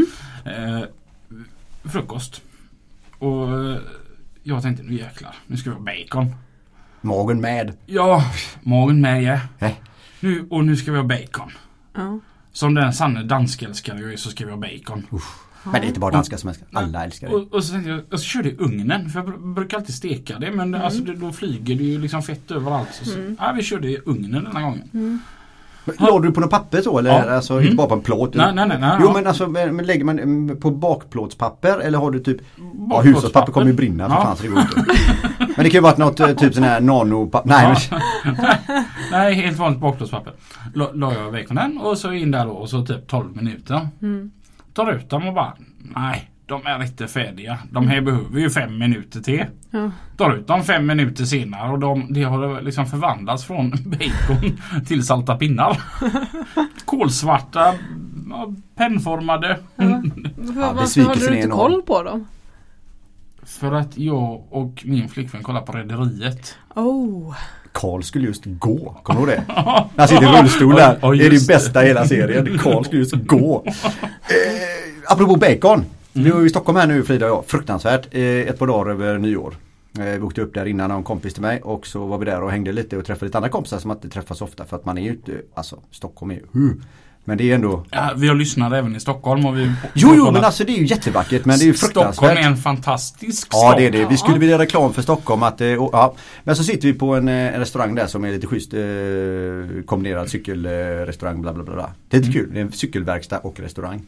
Speaker 2: Frukost. Och jag tänkte, nu jäklar, nu ska vi ha bacon.
Speaker 3: Magen med.
Speaker 2: Ja, magen med, ja. Nu ska vi ha bacon. Som den sanna danskälskare jag är så ska vi ha bacon.
Speaker 3: Men det är inte bara danska som älskar. Alla älskar det.
Speaker 2: Och så tänkte jag så körde jag i ugnen. För jag brukar alltid steka det. Men alltså, då flyger det ju liksom fett överallt. Så vi körde i ugnen den här gången.
Speaker 3: Lade du på något papper så? Eller alltså, inte bara på en plåt?
Speaker 2: Nej.
Speaker 3: Jo, men alltså men lägger man på bakplåtspapper? Eller har du typ hushållspapper kommer ju brinna för fan så det går inte. Men det kan ju vara något typ sån här nanopapper.
Speaker 2: Nej, helt vanligt bakplåtspapper. La jag iväg från den och så in där då och så typ 12 minuter. Tar ut dem och bara, nej, de är inte färdiga. De här behöver ju 5 minuter till. Tar ut dem 5 minuter senare och det har liksom förvandlats från bacon till salta pinnar. Kolsvarta, pennformade.
Speaker 1: Varför har du inte koll på dem?
Speaker 2: För att jag och min flickvän kollar på Rederiet.
Speaker 3: Karl skulle just gå. Kommer du det? Han sitter i rullstol där. Det är det bästa i hela serien. Karl skulle just gå. Apropå bacon. Vi var i Stockholm här nu, Frida och jag. Fruktansvärt. Ett par dagar över nyår. Vi åkte upp där innan en kompis till mig. Och så var vi där och hängde lite och träffade lite andra kompisar som inte träffas ofta. För att man är ju inte, alltså Stockholm är ju... Men det är ändå...
Speaker 2: Ja, vi har lyssnat även i Stockholm. Och vi
Speaker 3: jo, men alltså det är ju jättevackert. Men det är ju fruktansvärt.
Speaker 2: Stockholm är en fantastisk stad.
Speaker 3: Ja, det är det. Vi skulle vilja reklam för Stockholm. Men så sitter vi på en restaurang där som är lite schysst. Kombinerad cykelrestaurang, bla bla bla. Det är lite kul. Det är en cykelverkstad och restaurang.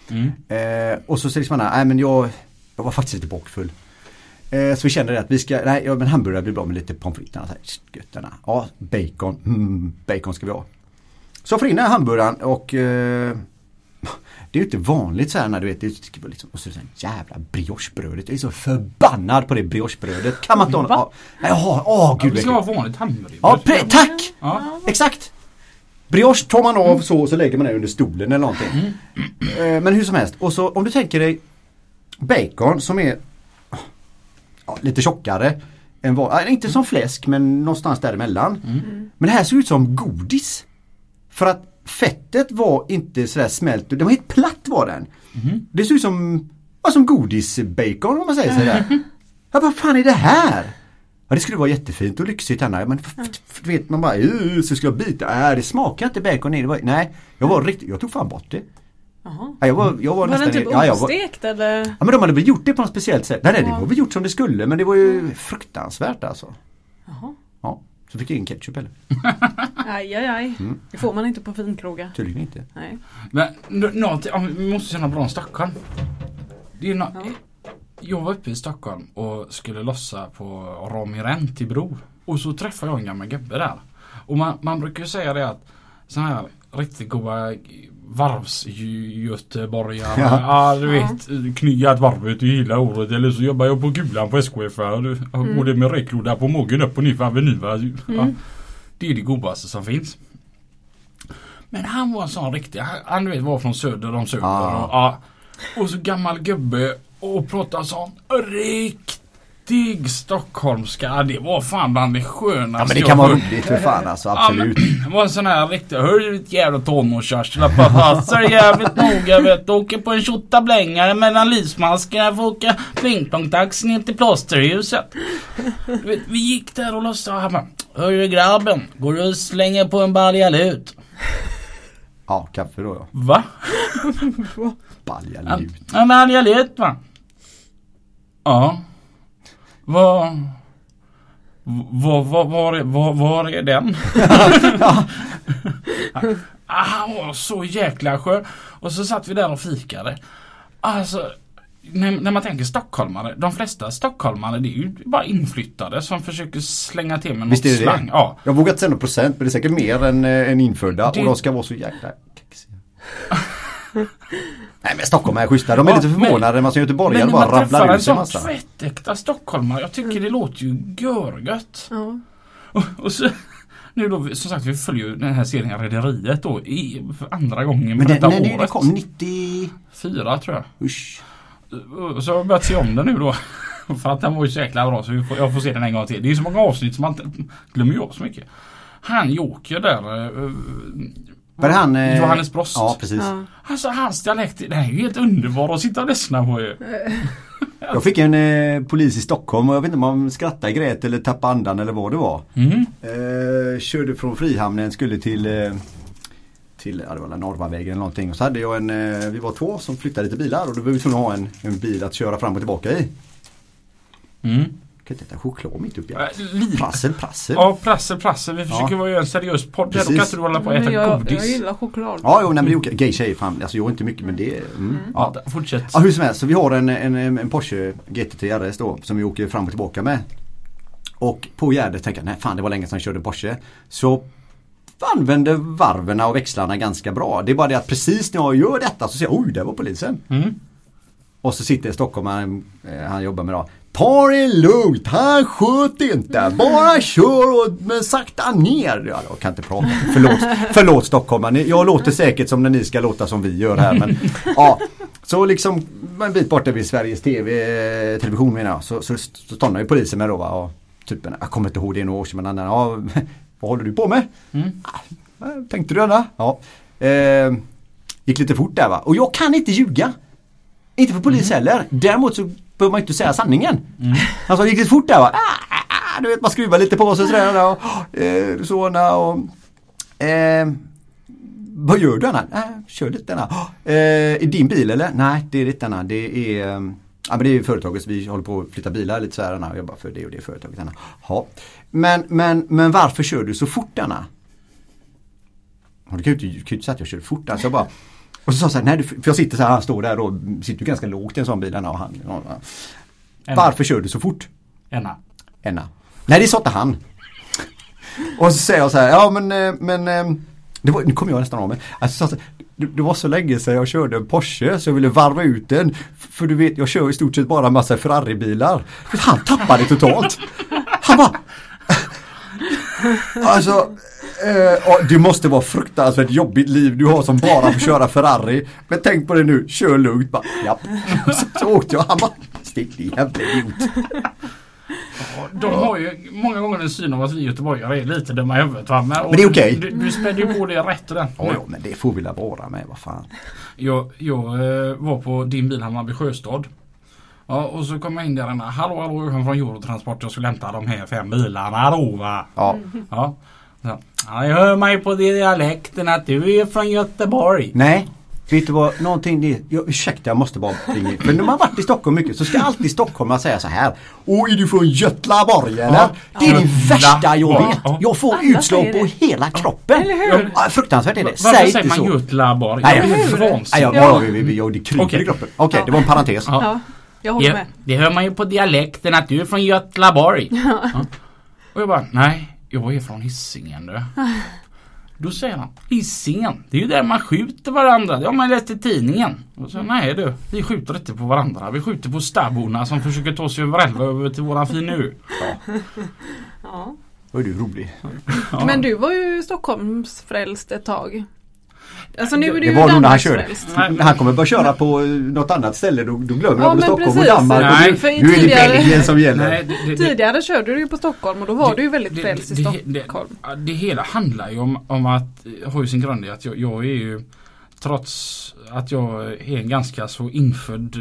Speaker 3: Och så säger man, nej men jag var faktiskt lite bakfull. Så vi kände att vi ska, men hamburgare blir bra med lite pommes frites. Ja, bacon ska vi ha. Så får in den här hamburgaren och det är ju inte vanligt så här när du vet, det är liksom, och så är det så här jävla briochebrödet. Jag är så förbannad på det briochebrödet. Kan man inte ha gud.
Speaker 2: Det ska vara vanligt hamburgare.
Speaker 3: Ja, tack! Ja. Exakt. Brioche tar man av så lägger man det under stolen eller någonting. Men hur som helst. Och så om du tänker dig bacon som är lite tjockare än inte som fläsk men någonstans däremellan. Men det här ser ut som godis. För att fettet var inte sådär smält. Det var helt platt var den. Det ser ut som godisbacon om man säger sådär. Vad fan är det här? Ja, det skulle vara jättefint och lyxigt här. Men vet man bara, så ska jag bita. Det smakar inte bacon i det. Nej, jag tog fan bort det. Ja, jag var nästan...
Speaker 1: den typ ostekt eller?
Speaker 3: Ja, men de hade väl gjort det på något speciellt sätt. Nej, det var väl gjort som det skulle. Men det var ju fruktansvärt alltså. Ja, så fick jag ingen ketchup eller?
Speaker 1: Aj. Det får man inte på finkrogar.
Speaker 3: Tydligen inte.
Speaker 1: Nej.
Speaker 2: Men vi måste känna bra om Stockholm. Det är jag var uppe i Stockholm och skulle lossa på Romirent i Bro. Och så träffade jag en gammal gubbe där. Och man brukar ju säga det att sådana här riktigt goda varvsgöteborgare. Du vet, knyat varvet i hela året. Eller så jobbar jag på Gulan på SKF. Och det med räcklodar på magen upp och ner för Avenue. Det är det godaste som finns. Men han var en sån riktig, han vet var från söder om söder. Och så gammal gubbe och pratade sån riktig stockholmska. Det var fan bland det skönaste.
Speaker 3: Ja, men det kan vara roligt för fan alltså, absolut.
Speaker 2: Det var en sån här riktig, hör du ett jävla tonårsarsla på passar jävligt noga, vet du, åker på en tjottablängare mellan livsmaskerna för att åka plingplongtaxi ner till plåsterhuset. Vet, vi gick där och lossade och han bara, hör du grabben, går du och slänger på en baljalut?
Speaker 3: Ja, kaffe då ja.
Speaker 2: Va?
Speaker 3: Baljalut.
Speaker 2: En baljalut va? Ja. Var är den? Han var så jäkla skön. Och så satt vi där och fikade. Alltså, när man tänker stockholmare, de flesta stockholmare det är ju bara inflyttade som försöker slänga till med något slang. Ja.
Speaker 3: Jag vågar inte säga något procent, men det är säkert mer än infödda och de ska vara så jäkla kaxiga. Nej men Stockholm är schyssta, de är lite förvånade när man som göteborgare bara rabblar ut sig massa.
Speaker 2: Men när man träffar en sån tvättäkta stockholmare, jag tycker det låter ju görgött. Ja. Och så nu då, som sagt, vi följer ju den här serien Rederiet då för andra gången.
Speaker 3: Men när det kom 94
Speaker 2: tror jag.
Speaker 3: Usch.
Speaker 2: Och så har jag börjat se om den nu då. För att den var ju så jäkla bra så jag får se den en gång till. Det är ju så många avsnitt som man glömmer ju av så mycket. Han Joker där.
Speaker 3: Var det han?
Speaker 2: Johannes Brost.
Speaker 3: Ja, precis. Ja.
Speaker 2: Alltså hans dialekt, det är ju helt underbar att sitta och lyssna på ju.
Speaker 3: Jag fick en polis i Stockholm och jag vet inte om han skrattade, grät eller tappade andan eller vad det var. Körde från Frihamnen, skulle till ja, det var Norrvavägen eller någonting. Och så hade jag vi var 2 som flyttade lite bilar och då var vi tvungna ha en bil att köra fram och tillbaka i. Kan inte äta choklad mitt uppe. Prassel.
Speaker 2: Ja, prassel. Vi försöker vara en seriös podd. Då kan inte du hålla på att äta godis.
Speaker 1: Jag gillar choklad.
Speaker 3: Ja, men det är okej. Gay tjej, fan. Alltså jag är inte mycket, men det är...
Speaker 2: Ja, fortsätt.
Speaker 3: Ja, hur som helst. Så vi har en Porsche GT RS då, som vi åker fram och tillbaka med. Och på Gärdet tänker jag, nej fan det var länge sedan jag körde Porsche. Så använder varverna och växlarna ganska bra. Det är bara det att precis när jag gör detta så ser jag, oj, där var polisen. Och så sitter Stockholm, han jobbar med det. Ta det lugnt, han sköt inte. Bara kör men sakta ner. Ja, jag kan inte prata. Förlåt Stockholm. Jag låter säkert som när ni ska låta som vi gör här. Men ja, så liksom en bit borta vid Sveriges television menar jag. Så stannar ju polisen med då va. Och typ, jag kommer inte ihåg det några år sedan. Men ja, vad håller du på med? Tänkte du denna? Ja. Gick lite fort där va. Och jag kan inte ljuga. Inte för polis heller. Däremot så behöver man inte säga sanningen. Alltså gick det fort där va? Du vet man skruvar lite på sig sådär och såna och vad gör du denna? Kör lite denna. I din bil eller? Nej, det är inte denna. Det är ja men det är företaget så vi håller på att flytta bilar lite så här och jobbar för det och det företaget denna. Ja. Men varför kör du så fort denna? Du kan ju inte säga att jag kör fort alltså bara. Och så sa jag så här, nej, för jag sitter så här, han står där och sitter ju ganska lågt i en sån bil. Och han, varför kör du så fort?
Speaker 2: Enna.
Speaker 3: Nej, det sa inte han. Och så säger jag så här, ja men nu kommer jag nästan av mig. Alltså, så det var så länge sedan jag körde en Porsche så jag ville varva ut den. För du vet, jag kör i stort sett bara en massa Ferrari-bilar. Han tappade totalt. Han bara... Alltså... det måste vara fruktansvärt jobbigt liv du har som bara får köra Ferrari. Men tänk på det nu, kör lugnt bara. Ja. Så åkte jag, han bara stick dig jävla idiot.
Speaker 2: De har ju många gånger en syn av att vi göteborgare är lite dumma i huvudet va? Men
Speaker 3: det är okej.
Speaker 2: Du spädde ju på det rätt och den.
Speaker 3: Ja, men det får vi vara med, vad fan.
Speaker 2: Jag var på din bil Hammarby Sjöstad. Ja, och så kom jag in där och hallå, jag kom från Eurotransport, jag skulle hämta de här 5 bilarna då va? Ja. Ja, jag hör mig på dialekten att du är från Göteborg.
Speaker 3: Nej, vet du vad, någonting ursäkta, jag måste bara ringa. För när man varit i Stockholm mycket så ska alltid stockholmare säga så här. Är du från Götlaborg eller? Ja. Det är det värsta jag vet. Jag får utslag på hela kroppen. Eller hur? Fruktansvärt är det.
Speaker 2: Varför säger man Götlaborg?
Speaker 3: Nej, det kryper i kroppen. Okej, det var en parentes.
Speaker 1: Ja, jag håller med.
Speaker 2: Det hör man ju på dialekten att du är från Götlaborg. Ja. Och jag bara, nej. Jag är från Hisingen du. Då säger han, Hisingen, det är ju där man skjuter varandra. Det har man läst i tidningen. Och så nej du, vi skjuter inte på varandra. Vi skjuter på stabborna som försöker ta sig över älva över till våran fin ö.
Speaker 1: Ja.
Speaker 3: Vad är du rolig.
Speaker 1: Ja. Men du var ju Stockholmsfrälst ett tag. Alltså nu är det
Speaker 3: var nog när han körde. När han kommer börja köra på något annat ställe då glömmer han Stockholm precis. Och Danmark.
Speaker 2: Nej,
Speaker 3: för nu är det Belgien som gäller.
Speaker 1: Nej, tidigare körde du ju på Stockholm och då var du ju väldigt frälst i Stockholm.
Speaker 2: Det hela handlar ju om att ha ju sin grund i att jag är ju trots att jag är en ganska så infödd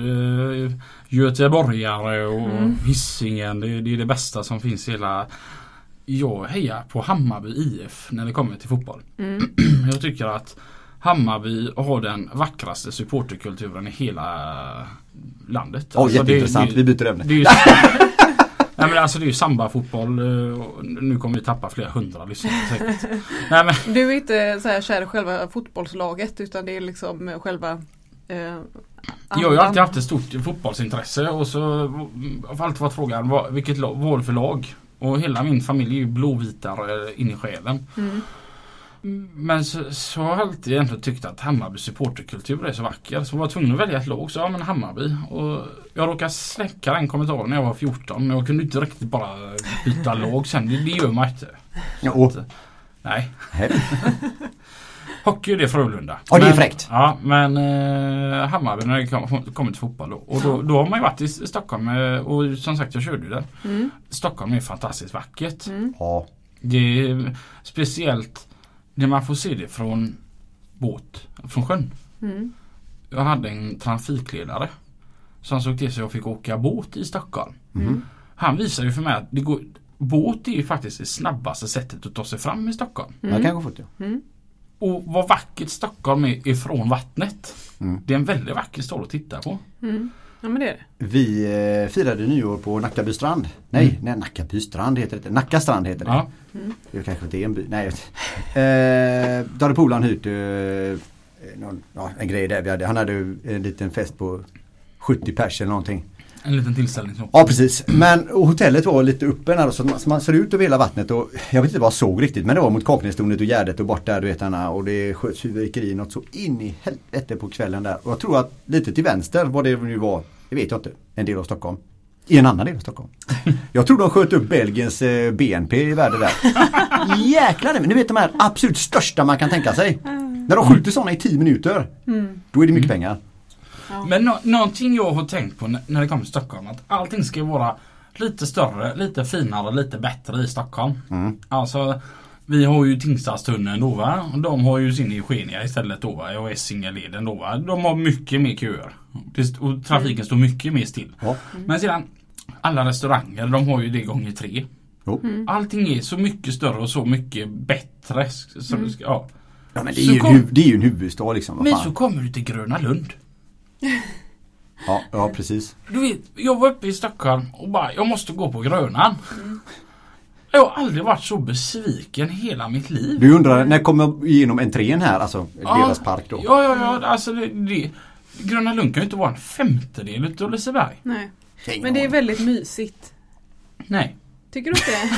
Speaker 2: göteborgare och Hisingen, det är det bästa som finns i hela. Jag hejar på Hammarby IF när det kommer till fotboll. Jag tycker att Hammarby har den vackraste supporterkulturen i hela landet.
Speaker 3: Jätteintressant, vi byter ämne.
Speaker 2: Nej men alltså det är ju samba-fotboll. Nu kommer vi tappa flera 100 lyssnare säkert. Nej, men.
Speaker 1: Du är inte så här kär själva fotbollslaget utan det är liksom själva
Speaker 2: Jag har ju alltid haft ett stort fotbollsintresse och så har alltid varit frågan vilket val för lag. Och hela min familj är ju blåvitare in i själen. Men så har jag alltid ändå tyckt att Hammarby supporterkultur är så vacker. Så jag var tvungen att välja ett lag. Så men Hammarby. Och jag råkade släcka den kommentaren när jag var 14. Jag kunde inte riktigt bara byta lag sen. Det gör man inte. Nej. Hockey är det Frölunda.
Speaker 3: Ja, det är fräckt.
Speaker 2: Ja, men Hammarby när det kommer till fotboll då. Och då har man ju varit i Stockholm och som sagt jag körde ju där. Stockholm är fantastiskt vackert.
Speaker 3: Ja.
Speaker 2: Det är speciellt när man får se det från från sjön. Jag hade en trafikledare som såg till så jag fick åka båt i Stockholm. Han visade ju för mig att båt är ju faktiskt det snabbaste sättet att ta sig fram i Stockholm.
Speaker 3: Jag kan gå fort, ja.
Speaker 2: Och vad vackert Stockholm är ifrån vattnet. Det är en väldigt vacker stad att titta på.
Speaker 1: Ja, men det är det.
Speaker 3: Vi firade nyår på Nackaby strand. Nej, Nackaby strand heter det. Nacka strand heter det.
Speaker 2: Ja.
Speaker 3: Det kanske inte är en by. Nej. Då hade polaren hyrt en grej där. Han hade en liten fest på 70 pers eller någonting.
Speaker 2: En liten tillställning så.
Speaker 3: Ja, precis. Men hotellet var lite uppe där, så man ser ut över hela vattnet och jag vet inte vad jag såg riktigt, men det var mot Kaknästornet och Gärdet och bort där du vet och det sköts huvudvikeri något så in i helvete på kvällen där. Och jag tror att lite till vänster vad det nu var, det vet jag inte, en del av Stockholm. I en annan del av Stockholm. Jag tror de sköt upp Belgiens BNP i världen där. Jäklar, men ni vet de här absolut största man kan tänka sig. När de skjuter sådana i 10 minuter, då är det mycket pengar.
Speaker 1: Ja.
Speaker 2: Men någonting jag har tänkt på när det kommer till Stockholm, att allting ska vara lite större, lite finare, lite bättre i Stockholm. Alltså, vi har ju Tingstadstunneln då va, och de har ju sin i Eugenia istället då va, och Essingeleden då va. De har mycket mer köer och trafiken står mycket mer still. Men sedan, alla restauranger, de har ju det gånger 3. Allting är så mycket större och så mycket bättre. Ja,
Speaker 3: men det är ju en huvudstad liksom.
Speaker 2: Men så kommer du till Gröna Lund.
Speaker 3: Ja, precis.
Speaker 2: Du vet, jag var uppe i Stockholm och bara, jag måste gå på Grönan. Jag har aldrig varit så besviken hela mitt liv.
Speaker 3: Du undrar, när kommer jag igenom entrén här, alltså deras park då?
Speaker 2: Ja, alltså Gröna Lund kan ju inte vara en femtedel utav Liseberg.
Speaker 1: Nej, men det är väldigt mysigt.
Speaker 2: Nej.
Speaker 1: Tycker du inte?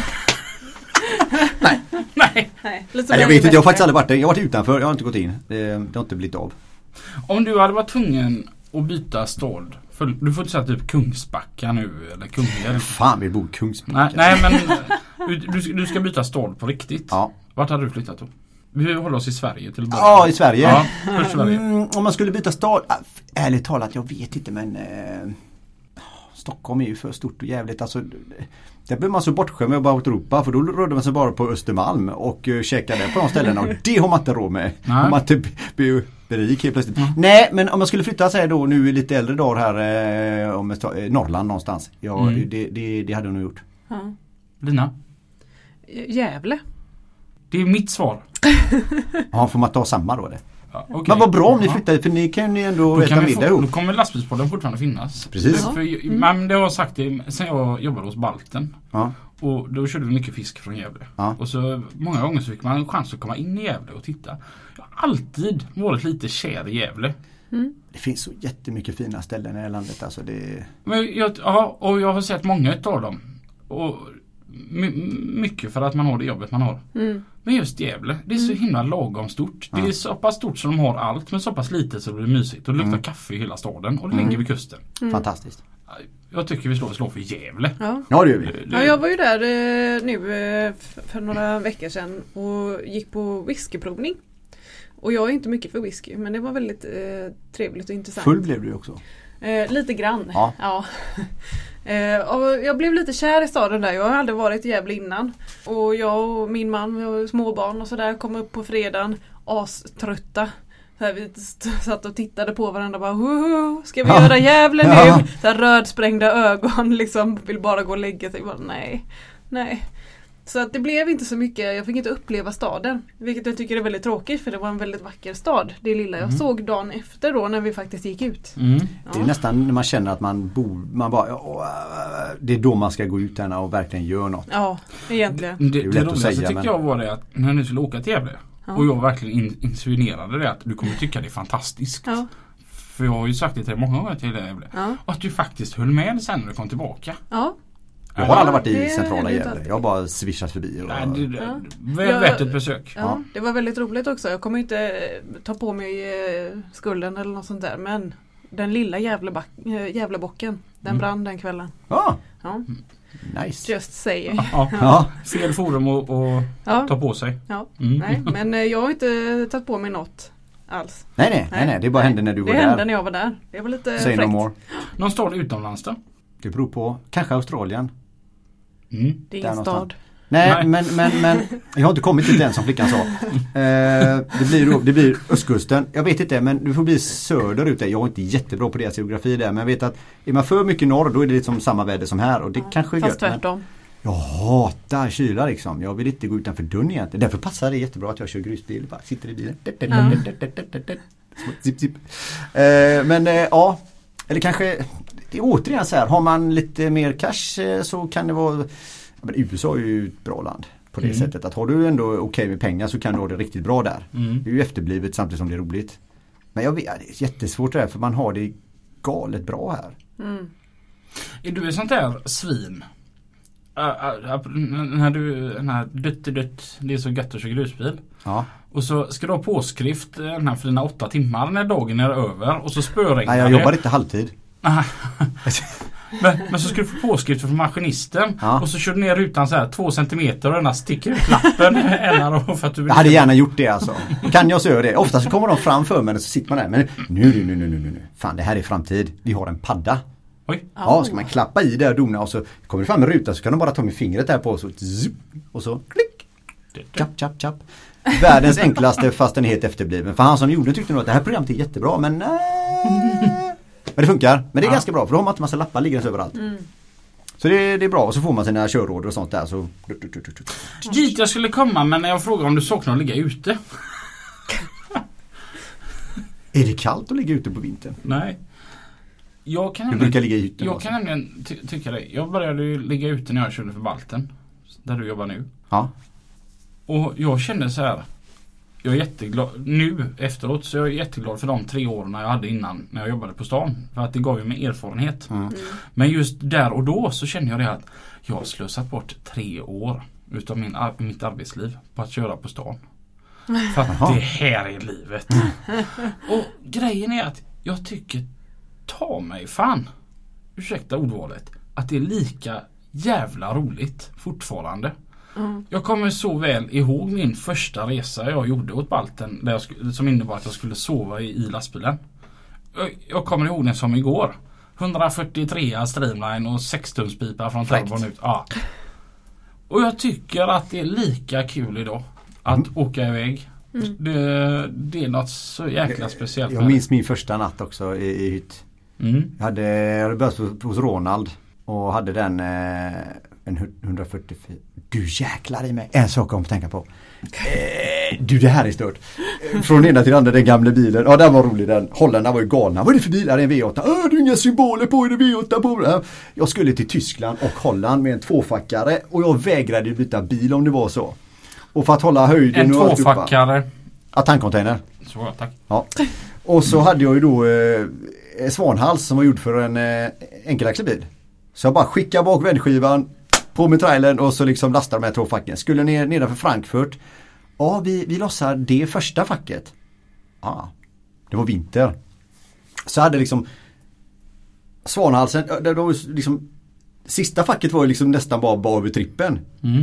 Speaker 2: Nej.
Speaker 3: Jag vet inte, jag har faktiskt aldrig varit där. Jag har varit utanför, jag har inte gått in. Det har inte blivit av.
Speaker 2: Om du hade varit tvungen att byta stad, för du får inte säga typ Kungsbacka nu eller Kungälv.
Speaker 3: Fan, vi bor i Kungsbacka.
Speaker 2: Nej, men du ska byta stad på riktigt.
Speaker 3: Ja.
Speaker 2: Vart hade du flyttat då? Vi håller oss i Sverige till början.
Speaker 3: Ja, i Sverige.
Speaker 2: Ja, först Sverige.
Speaker 3: Om man skulle byta stad, ärligt talat, jag vet inte, men Stockholm är ju för stort och jävligt. Alltså, där blir man så bortskämd med att bara Europa, för då rörde man sig bara på Östermalm och käkade på de ställena och det har man inte råd med. Om man inte blir rik helt plötsligt. Nej, men om man skulle flytta sig då nu i lite äldre dagar här om Norrland någonstans. Ja, det hade jag nog gjort.
Speaker 2: Lina?
Speaker 1: Gävle.
Speaker 2: Det är mitt svar.
Speaker 3: Ja, får man ta samma då det?
Speaker 2: Ja, okay.
Speaker 3: Men vad bra om ni flyttar, för ni kan ju ändå äta middag ihop.
Speaker 2: Då kommer lastbilspodden fortfarande finnas.
Speaker 3: Precis.
Speaker 2: Men det har jag sagt det sen jag jobbade hos Balten.
Speaker 3: Ja.
Speaker 2: Och då körde vi mycket fisk från Gävle.
Speaker 3: Ja.
Speaker 2: Och så många gånger så fick man en chans att komma in i Gävle och titta. Jag har alltid varit lite kär i Gävle.
Speaker 3: Det finns så jättemycket fina ställen i det här landet. Alltså det...
Speaker 2: och jag har sett många utav dem. Och mycket för att man har det jobbet man har. Men just Gävle, det är så himla lagom stort. Det är så pass stort så de har allt, men så pass litet så det blir mysigt. Och det luktar kaffe i hela staden och det ligger vid kusten.
Speaker 3: Fantastiskt.
Speaker 2: Jag tycker vi slår för Gävle.
Speaker 3: Ja, det gör vi.
Speaker 1: Ja, jag var ju där nu för några veckor sedan och gick på whiskyprovning. Och jag är inte mycket för whisky, men det var väldigt trevligt och intressant.
Speaker 3: Full blev du också?
Speaker 1: Lite grann.
Speaker 3: Ja.
Speaker 1: Och jag blev lite kär i staden där. Jag har aldrig varit i Gävle innan. Och jag och min man, vi har småbarn och sådär, kom upp på fredagen aströtta. Så här, vi satt och tittade på varandra och bara, ska vi göra Gävle nu? Så här, rödsprängda ögon, liksom vill bara gå och lägga sig. Bara, nej. Så att det blev inte så mycket, jag fick inte uppleva staden. Vilket jag tycker är väldigt tråkigt, för det var en väldigt vacker stad. Det lilla jag såg dagen efter då när vi faktiskt gick ut.
Speaker 3: Det är nästan när man känner att man bara, det är då man ska gå ut och verkligen göra något.
Speaker 1: Ja, egentligen.
Speaker 2: Det roligaste tycker jag var det att när ni skulle åka till Gävle och jag verkligen insinuerade det att du kommer tycka det är fantastiskt. för jag har ju sagt det till dig många gånger till dig, att du faktiskt höll med sen när du kom tillbaka.
Speaker 1: Ja.
Speaker 3: Jag har aldrig varit i centrala Gävle. Jag har bara swishat förbi.
Speaker 2: Väl värt ett besök.
Speaker 1: Ja, det var väldigt roligt också. Jag kommer inte ta på mig skulden eller något sånt där. Men den lilla Gävlebocken, den brann den kvällen.
Speaker 3: Ja.
Speaker 1: Nice. Just saying.
Speaker 2: Ja. Fel forum att ta på sig.
Speaker 1: Ja. Nej, men jag har inte tagit på mig något alls.
Speaker 3: Nej. Det bara hände när du var där.
Speaker 1: Det hände när jag var där. Det var lite
Speaker 3: Say
Speaker 1: fräckt.
Speaker 3: no more.
Speaker 2: Någon stad utomlands då?
Speaker 3: Det beror på. Kanske Australien.
Speaker 1: Det är ingen stad.
Speaker 3: Nej, men jag har inte kommit till den som flickan sa. Det blir östkusten. Jag vet inte, men det får bli söderut. Jag är inte jättebra på deras geografi där, men jag vet att är man för mycket norr, då är det liksom samma väder som här. Och det kanske är
Speaker 1: fast
Speaker 3: gött,
Speaker 1: tvärtom.
Speaker 3: Jag hatar kyla liksom. Jag vill inte gå utanför dörren egentligen. Därför passar det jättebra att jag kör grusbil. Bara sitter i bilen. Zip, zip. Eller kanske, det är återigen så här. Har man lite mer cash så kan det vara... Men USA är ju ett bra land på det sättet. Att har du ändå okej med pengar så kan du ha det riktigt bra där. Det är ju efterblivet samtidigt som det är roligt. Men jag vet, det är jättesvårt det här för man har det galet bra här.
Speaker 2: Är du ett sånt där svin? När dött, det är så gött att köra grusbil.
Speaker 3: Ja.
Speaker 2: Och så ska du ha påskrift den här för dina 8 timmar när dagen är över. Och så spöregnar
Speaker 3: Nej, jag jobbar inte halvtid.
Speaker 2: Men så ska du få påskrifter från maskinisten och så kör du ner rutan så här 2 centimeter och den här sticker ut lappen för att du vill. Jag
Speaker 3: hade gärna gjort det alltså. Kan jag så göra det? Ofta så kommer de fram för mig och så sitter man där. Men nu. Fan, det här är framtid. Vi har en padda.
Speaker 2: Oj.
Speaker 3: Ja, ska man klappa i där och dona och så kommer det fram en ruta så kan de bara ta med fingret där på och så klick. Chap. Världens enklaste fast den är helt efterbliven. För han som gjorde tyckte nog att det här programmet är jättebra, men men det funkar. Men det är ganska bra för då har man inte massa lappar liggande överallt. Så det är bra. Och så får man sina körråd och sånt där. Så...
Speaker 2: Dit jag skulle komma, men jag frågar om du saknar att ligga ute.
Speaker 3: Är det kallt att ligga ute på vintern?
Speaker 2: Nej.
Speaker 3: Du brukar ligga ute.
Speaker 2: Jag kan nämligen tycka det. Jag började ju ligga ute när jag körde för Balten. Där du jobbar nu.
Speaker 3: Ja.
Speaker 2: Och jag kände så här. Jag är jätteglad nu efteråt, så jag är jätteglad för de 3 åren jag hade innan när jag jobbade på stan. För att det gav ju mig erfarenhet. Men just där och då så kände jag det att jag har slösat bort 3 år utav mitt arbetsliv på att köra på stan. För att det här är livet. Och grejen är att jag tycker, ta mig fan, ursäkta ordvalet, att det är lika jävla roligt fortfarande. Jag kommer så väl ihåg min första resa jag gjorde åt Balten där som innebar att jag skulle sova i lastbilen. Jag kommer ihåg den som igår. 143 Streamline och 6-tumspipa från turbon ut. Ja. Och jag tycker att det är lika kul idag att åka iväg. Det är något så jäkla speciellt.
Speaker 3: Jag minns min första natt också i hytt. Jag hade börjat hos Ronald och hade den en 144. Du jäklar i mig. En sak om att tänka på. Du, det här är stört. Från ena till andra, den gamla bilen. Ja, den var rolig. Den Holländarna var ju galna. Vad är det för bilar? En V8. Du har inga symboler på. Är det V8 på? Jag skulle till Tyskland och Holland med en 2-fackare. Och jag vägrade byta bil om det var så. Och för att hålla höjden.
Speaker 2: En 2-fackare.
Speaker 3: Ja, tankcontainer.
Speaker 2: Så, tack.
Speaker 3: Ja. Och så hade jag ju då Svanhals som var gjord för en enkelaxelbil. Så jag bara skickade bak vändskivan på med trailern och så liksom lastade de här 2 facken. Skulle ner nedanför Frankfurt. Ja, vi lossar det första facket. Ja, det var vinter. Så hade liksom Svanhalsen, det var liksom sista facket var ju liksom nästan bara över trippen.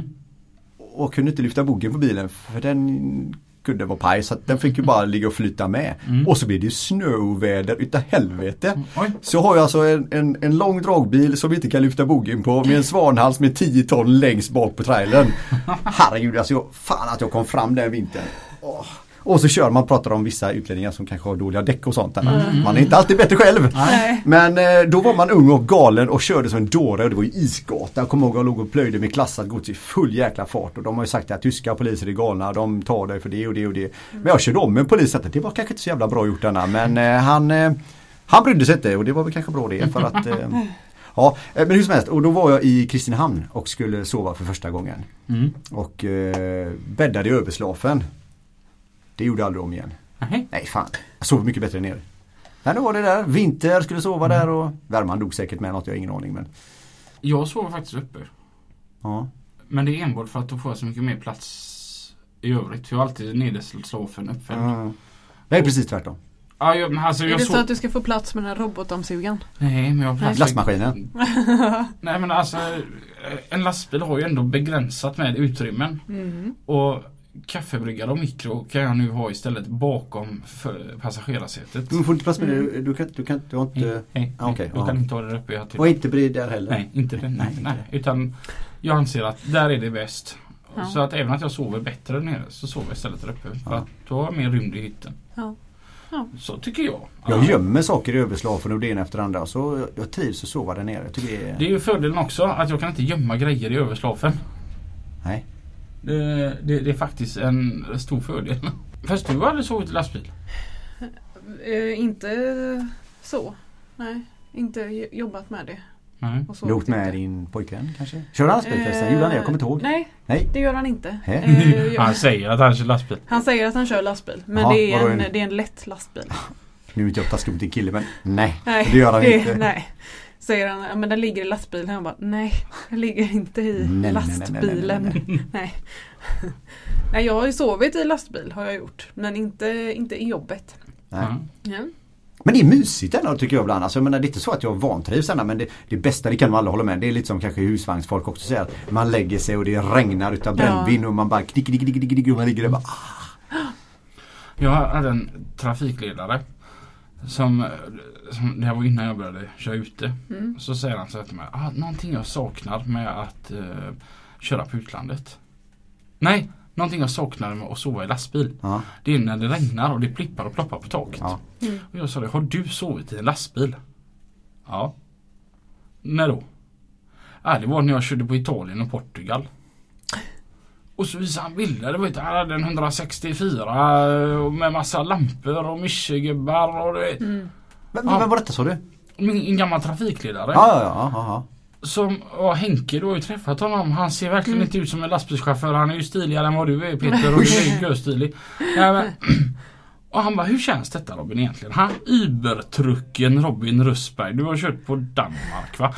Speaker 3: Och kunde inte lyfta bogen på bilen för den kunde vara paj, så att den fick ju bara ligga och flyta med. Och så blev det ju snöväder utav helvete. Så har jag alltså en lång dragbil som inte kan lyfta bogen på med en Svanhals med 10 ton längst bak på trailern. Herregud, alltså fan att jag kom fram den vintern. Och så kör man, pratar om vissa utlänningar som kanske har dåliga däck och sånt. Man är inte alltid bättre själv. Men då var man ung och galen och körde som en dåre och det var ju isgata. Jag kommer ihåg att jag låg och plöjde med klassat gods i full jäkla fart. Och de har ju sagt att tyska poliser är galna, de tar dig för det och det och det. Men jag körde om med en polis att det var kanske inte så jävla bra gjort denna. Men han brydde sig inte och det var väl kanske bra det. För att, ja, men hur som helst. Och då var jag i Kristinehamn och skulle sova för första gången. Och bäddade i överslafen. Det gjorde jag aldrig om igen. Nej fan, jag sov mycket bättre ner. Nej, då var det där. Vinter skulle sova där och värman dog säkert med något, jag har ingen aning. Men...
Speaker 2: Jag sover faktiskt uppe.
Speaker 3: Ja.
Speaker 2: Men det är enbart för att då får jag så mycket mer plats i övrigt. För jag har alltid nederslafen uppfälld.
Speaker 3: Det är precis tvärtom.
Speaker 2: Ja, alltså,
Speaker 1: är det så att du ska få plats med den här robotdammsugaren?
Speaker 2: Nej, men jag har plats.
Speaker 3: Lastmaskinen.
Speaker 2: Nej, men alltså en lastbil har ju ändå begränsat med utrymmen. Och kaffebryggare och mikro kan jag nu ha istället bakom passagerarsätet.
Speaker 3: Du får inte plats med det. Du har inte...
Speaker 2: Nej,
Speaker 3: okay,
Speaker 2: jag kan inte ha det där uppe.
Speaker 3: Och inte bred där heller?
Speaker 2: Nej, inte det. Nej. Utan jag anser att där är det bäst. Ja. Så att även att jag sover bättre nere så sover jag istället där uppe. För att då har jag mer rymd i hytten. Ja. Så tycker jag.
Speaker 3: Jag gömmer saker i överslafen och det ena efter andra. Så jag trivs att sova där nere.
Speaker 2: Det är ju fördelen också att jag kan inte gömma grejer i överslafen.
Speaker 3: Nej.
Speaker 2: Det är faktiskt en stor fördel. Fast du har aldrig sovit i lastbil?
Speaker 1: Inte så. Nej, inte jobbat med det.
Speaker 3: Du har åkt med din pojkvän kanske? Kör han lastbil förresten? Gjorde han det? Jag kommer inte ihåg.
Speaker 1: Nej, det gör han inte.
Speaker 2: Han säger att han kör lastbil.
Speaker 1: Han säger att han kör lastbil. Men det är en lätt lastbil.
Speaker 3: Nu är inte jag taskig till kille, men nej, det gör han inte.
Speaker 1: Nej. Säger han, men den ligger i lastbilen. Han bara, nej, den ligger inte i lastbilen. Nej. Nej, jag har ju sovit i lastbil har jag gjort. Men inte i jobbet.
Speaker 3: Nej. Men det är mysigt ändå tycker jag ibland. Alltså, jag menar, det är inte så att jag vantrivs ändå, men det bästa, det kan man alla hålla med. Det är lite som kanske husvagnsfolk också säger. Att man lägger sig och det regnar utav brännvin och man bara knick och man ligger där bara...
Speaker 2: Jag hade en trafikledare som det här var innan jag började köra ute. Så säger han så här till mig, någonting jag saknar med att köra på utlandet. Nej, någonting jag saknar med att sova i lastbil. Det är när det regnar och det plippar och ploppar på taket. Och jag sa det, har du sovit i en lastbil? Ja. När då? Det var när jag körde på Italien och Portugal. Och så visade han bilder, det var han hade en 164 med massa lampor och mischegubbar och det.
Speaker 3: Men vad detta sa du?
Speaker 2: En gammal trafikledare.
Speaker 3: Ja.
Speaker 2: Som Henke då har ju träffat honom. Han ser verkligen inte ut som en lastbilschaufför. Han är ju stiligare än vad du är, Peter. Och du är ju görstilig. Och han bara, hur känns detta Robin egentligen? Ubertrucken Robin Russberg. Du har kört på Danmark, va?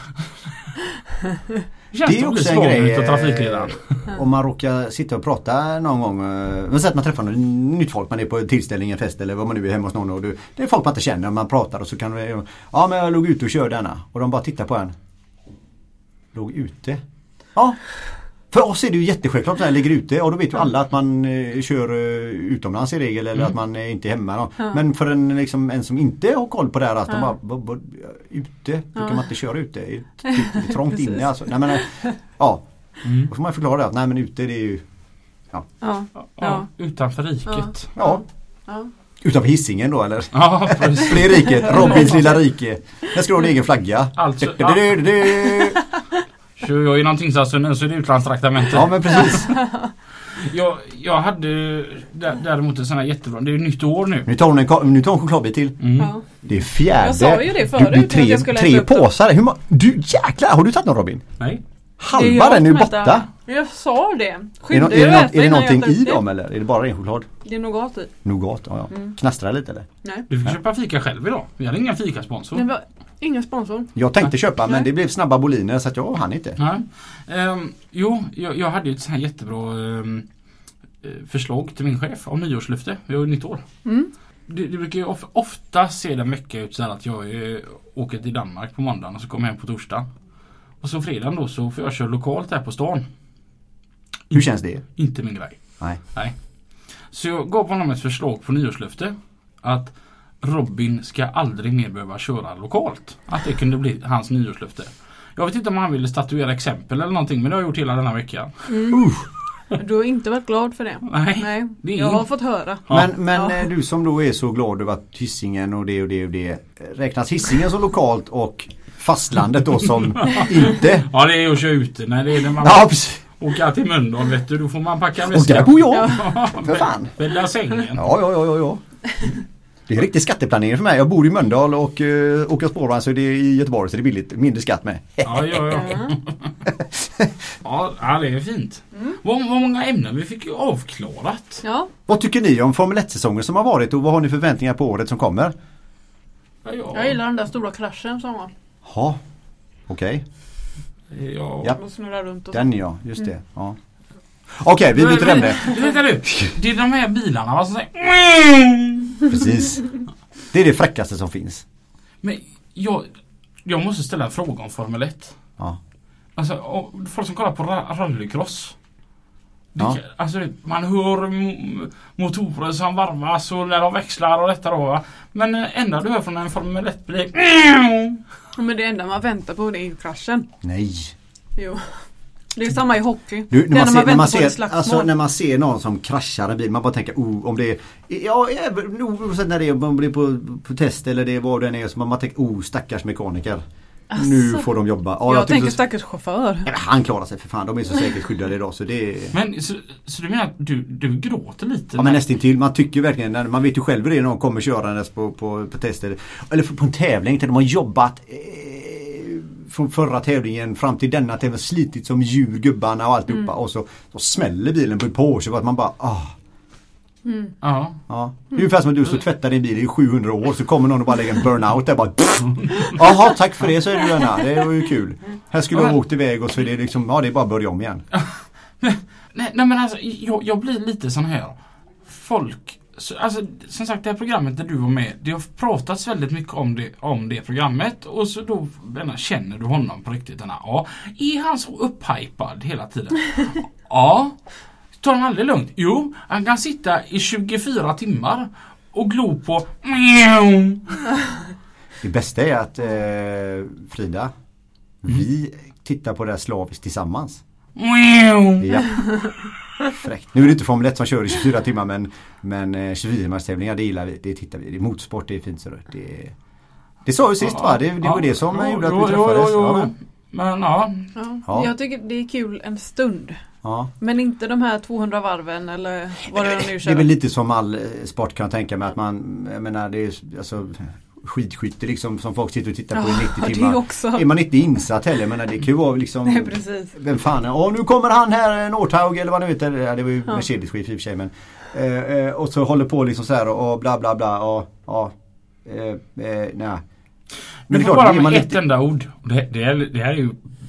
Speaker 3: Det är också en grej om man råkar sitta och prata någon gång. Men så att man träffar något nytt folk. Man är på tillställning, en fest eller vad man nu är hemma hos någon. Och det är folk man inte känner. Man pratar och så kan det, men jag låg ute och körde denna. Och de bara tittar på en. Låg ute? Ja. För oss är det ju jättesjälvklart när jag ligger ute. Och då vet ju alla att man kör utomlands i regel. Eller att man är inte hemma. Men för en som inte har koll på det här. Att de bara ute. Då kan man inte köra ute. Det är trångt inne alltså. Nej, men, då får man förklara det. Nej men ute det är ju...
Speaker 2: Utanför riket.
Speaker 3: Ja. Utanför Hisingen då eller?
Speaker 2: Ja, precis.
Speaker 3: För det är riket. Robins lilla rike. Där ska du ha en egen flagga.
Speaker 2: Alltså, kör jag i någonting så är det utlandstraktamente.
Speaker 3: Ja, men precis.
Speaker 2: Jag hade däremot en sån här jättebra. Det är ju nytt år nu.
Speaker 3: Nu tar hon en chokladbit till. Det är fjärde.
Speaker 1: Jag sa ju det förut.
Speaker 3: Tre påsar. Du jäklar, har du tagit någon Robin?
Speaker 2: Nej.
Speaker 3: Halva den är ju borta.
Speaker 1: Jag sa det.
Speaker 3: Är det någonting i dem eller? Är det bara en choklad?
Speaker 1: Det är nougat i.
Speaker 3: Nougat, ja. Knastrar lite eller?
Speaker 1: Nej.
Speaker 2: Du fick köpa fika själv idag. Vi hade ingen fikasponsor.
Speaker 1: Det var ingen sponsor.
Speaker 3: Jag tänkte köpa men det blev snabba boliner så att jag hann inte.
Speaker 2: Jag hade ju ett sånt här jättebra förslag till min chef om nyårslöfte. Vi har ju nytt år. Det brukar ju ofta se den vecka ut så här att jag åker till Danmark på måndagen och så kommer jag hem på torsdag. Och så fredagen då så får jag köra lokalt här på stan.
Speaker 3: Hur känns det?
Speaker 2: Inte min grej.
Speaker 3: Nej.
Speaker 2: Så jag gav honom ett förslag på nyårslöfte. Att Robin ska aldrig mer behöva köra lokalt. Att det kunde bli hans nyårslöfte. Jag vet inte om han ville statuera exempel eller någonting. Men det har jag gjort hela den här veckan.
Speaker 1: Du har inte varit glad för det.
Speaker 2: Nej.
Speaker 1: Jag har fått höra.
Speaker 3: Men du som då är så glad över att Hisingen och det. Räknas Hisingen som lokalt och fastlandet då som inte?
Speaker 2: Ja, det är att köra ute. Nej, det är när man åker till Mölndal, vet du. Då får man packa väskan.
Speaker 3: Och där bor jag. För fan.
Speaker 2: Bädda sängen.
Speaker 3: Ja. Det är riktigt skatteplanering för mig. Jag bor i Mölndal och åker spårvagn så det är i Göteborg så det är billigt. Mindre skatt med.
Speaker 2: Ja. Ja, det är fint. Vad många ämnen vi fick ju avklarat.
Speaker 1: Ja.
Speaker 3: Vad tycker ni om Formel 1-säsongen som har varit och vad har ni förväntningar på året som kommer?
Speaker 1: Jag gillar den där stora kraschen som var.
Speaker 3: Ja, okej.
Speaker 2: Ja.
Speaker 1: Och snurrar runt och
Speaker 3: Den ja, just det. Ja. Okej, vi byter ämne.
Speaker 2: Det är de här bilarna va, som säger
Speaker 3: Precis. Det är det fräckaste som finns.
Speaker 2: Men jag måste ställa en fråga om Formel 1.
Speaker 3: Ja.
Speaker 2: Alltså, folk som kollar på rallycross.
Speaker 3: Ja.
Speaker 2: Alltså, man hör motorer som varvas och när de växlar och detta då va? Men enda du hör från en Formel 1 blir
Speaker 1: Men det enda man väntar på det är ju kraschen.
Speaker 3: Nej.
Speaker 1: Jo. Det är samma i hockey.
Speaker 3: När man ser någon som kraschar en bil, man bara tänker om det är när det är, om det är på test eller det är vad det är, så man tänker stackars mekaniker. Alltså, nu får de jobba. Ja,
Speaker 1: jag tänker stackars chaufför.
Speaker 3: Ja, han klarar sig för fan, de är så säkert skyddade idag så det är...
Speaker 2: Men så du menar att du gråter lite?
Speaker 3: Ja, men nästintill. Man tycker verkligen, man vet ju själv hur det är när någon kommer körandes på test eller på en tävling där de har jobbat från förra tävlingen fram till denna tävling, slitit som djur, gubbarna och alltihopa och så smäller bilen på ett Porsche för att man bara Ja. Det är ungefär som att du så tvättar din bil i 700 år så kommer någon och bara lägger en burnout där bara jaha, tack för det, så är det denna. Det var ju kul. Här skulle jag ha åkt iväg och så är det liksom, det är bara att börja om igen.
Speaker 2: Nej men alltså jag blir lite sån här folk, alltså som sagt det här programmet där du var med, det har pratats väldigt mycket om det programmet och så då känner du honom på riktigt är han så upphypad hela tiden? Ja. Tar han aldrig lugnt? Jo, han kan sitta i 24 timmar och glo på
Speaker 3: Det bästa är att Frida, vi tittar på det här slaviskt tillsammans. Ja. Fräckt. Nu är det inte Formel 1 som kör i 24 timmar men 24-timmarstävlingar, det gillar vi, det tittar vi. Det är motorsport, det är fint så det sa ju sist va? Det var det som gjorde att vi träffades.
Speaker 2: Men
Speaker 1: jag tycker det är kul en stund.
Speaker 3: Ja.
Speaker 1: Men inte de här 200 varven eller vad det nu kör.
Speaker 3: Det är väl lite som all sport kan jag tänka mig att jag menar det är alltså skidskytte liksom som folk sitter och tittar på i 90 timmar. Är man inte insatt heller, men det kan ju vara liksom
Speaker 1: nej, precis.
Speaker 3: Vem fan är, nu kommer han här Nordhaug eller vad nu vet det var ju Mercedes-skit i och för sig men och så håller på liksom så här och bla bla bla och nej.
Speaker 2: Men det får bara med ett enda ord. Det här är ju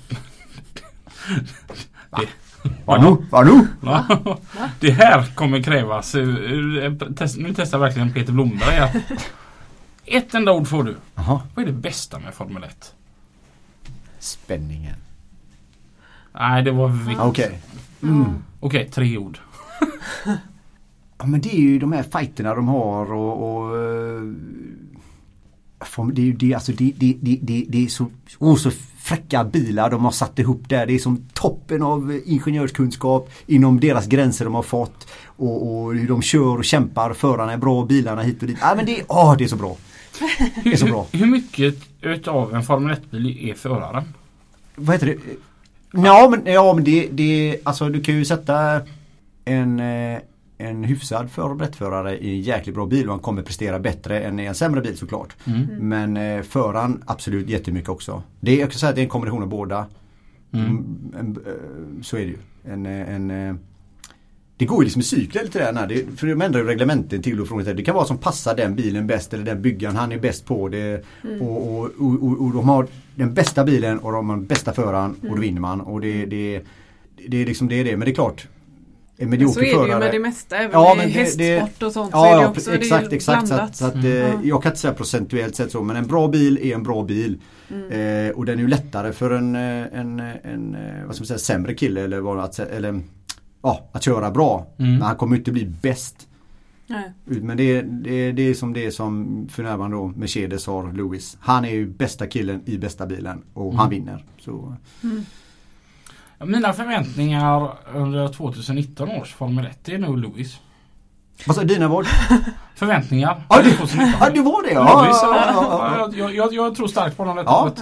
Speaker 3: Vad nu?
Speaker 2: Det här kommer krävas. Nu testar verkligen Peter Blomberg. Ett enda ord får du.
Speaker 3: Aha.
Speaker 2: Vad är det bästa med Formel 1?
Speaker 3: Spänningen.
Speaker 2: Nej, det var
Speaker 3: Okej.
Speaker 2: Okej, 3 ord.
Speaker 3: Ja, men det är ju de här fighterna de har det är ju det, alltså det är så fräcka bilar de har satt ihop där. Det är som toppen av ingenjörskunskap inom deras gränser de har fått och hur de kör och kämpar, förarna är bra, bilarna hit och dit. Men det är så bra. Det är så bra.
Speaker 2: Hur mycket utav en Formel 1-bil är föraren?
Speaker 3: Vad heter det? Men det alltså du kan ju sätta en hyfsad förare i en jäkligt bra bil och han kommer prestera bättre än i en sämre bil såklart. Men föraren absolut jättemycket också. Jag kan säga att det är en kombination av båda. Så är det ju. Det går ju liksom i cykler lite där. För de ändrar ju reglementen till och från. Det kan vara som passar den bilen bäst eller den byggaren han är bäst på. Och de har den bästa bilen och de har den bästa föraren och då vinner man. Och det är liksom det. Men det är klart.
Speaker 1: Så är det ju med det mesta, även med hästsport och sånt så är det också
Speaker 3: exakt. Så att, jag kan inte säga procentuellt sett så, men en bra bil är en bra bil. Och den är ju lättare för en vad ska man säga, sämre kille att köra bra. Men han kommer inte bli bäst.
Speaker 1: Nej.
Speaker 3: Men det är som för närvarande då Mercedes har Lewis. Han är ju bästa killen i bästa bilen och han vinner. Så...
Speaker 2: Mina förväntningar under 2019 års Formel 1 är nog Lewis.
Speaker 3: Vad sa dina vad?
Speaker 2: Förväntningar.
Speaker 3: Det var det.
Speaker 2: Jag tror starkt på honom.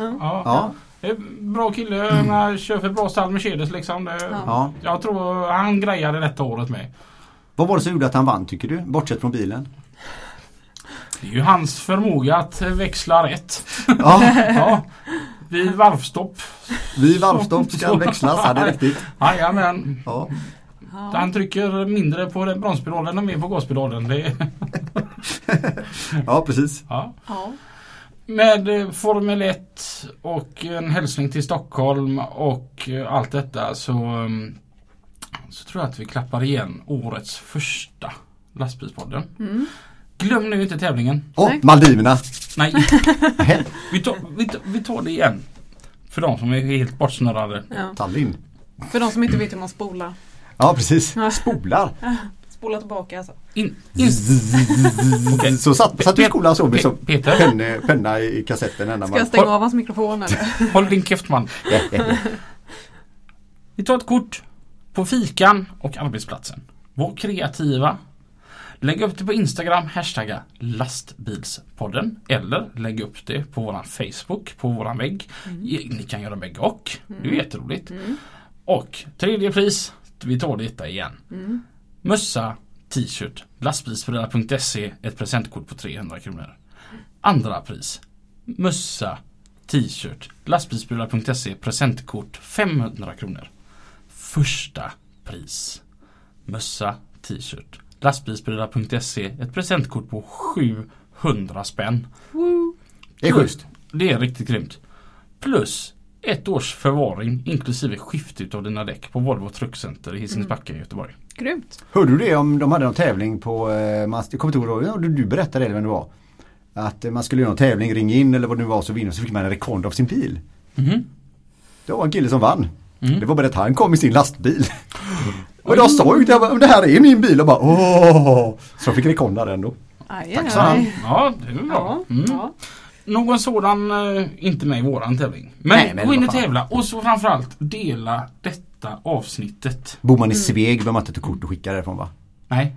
Speaker 2: Bra kille, kör för bra stall Mercedes liksom. Jag tror han grejade detta året med.
Speaker 3: Vad var det som gjorde att han vann tycker du? Bortsett från bilen.
Speaker 2: Det är ju hans förmåga att växla rätt. Vid varvstopp
Speaker 3: ska växlas, det är riktigt.
Speaker 2: Jajamän. Ja. Han trycker mindre på den bromspedalen och mer på gaspedalen.
Speaker 3: Ja, precis.
Speaker 2: Ja. Med Formel 1 och en hälsning till Stockholm och allt detta så tror jag att vi klappar igen årets första lastbilspodden. Glöm nu inte tävlingen.
Speaker 3: Maldiverna.
Speaker 2: Nej. vi tar det igen. För de som är helt bortsnurrade.
Speaker 1: Ja.
Speaker 3: Tallinn.
Speaker 1: För de som inte vet hur man spolar.
Speaker 3: Ja, precis. Spolar.
Speaker 1: Spola tillbaka alltså.
Speaker 3: Okay. Så satt du i skolan så med så
Speaker 2: Peter.
Speaker 3: penna i kassetten.
Speaker 1: Ska jag stänga av hans mikrofon eller?
Speaker 2: Håll din käft man. Vi tar ett kort på fikan och arbetsplatsen. Var kreativa. Lägg upp det på Instagram, hashtagga lastbilspodden. Eller lägg upp det på våran Facebook, på våran vägg. Ni kan göra bägge och. Det är jätteroligt. Och tredje pris, vi tar detta igen. Mössa, t-shirt, lastbilsförälder.se, ett presentkort på 300 kronor. Andra pris, mössa, t-shirt, lastbilsförälder.se, presentkort 500 kronor. Första pris, mössa, t-shirt, lastbilsförälder.se, ett presentkort på 700 spänn.
Speaker 3: Det är schysst.
Speaker 2: Det är riktigt grymt. Plus 1 års förvaring inklusive skifte av dina däck på Volvo Truckcenter i Hisingsbacka i Göteborg.
Speaker 1: Grymt.
Speaker 3: Hörde du det om de hade någon tävling på jag kommer inte ihåg, du berättade det vem det var. Att man skulle göra en tävling, ringa in eller vad det nu var så vinner, så fick man en rekord av sin bil. Det var en kille som vann. Det var bara att han kom med sin lastbil. Och då sa jag om det här är min bil och bara så jag fick rekord där ändå. Tack så han.
Speaker 2: Ja, det är bra. Ja. Någon sådan inte med i våran tävling. Men gå in och tävla och så framförallt dela detta avsnittet.
Speaker 3: Bor man i Sveg behöver man inte ta kort och skicka därifrån, va?
Speaker 2: Nej.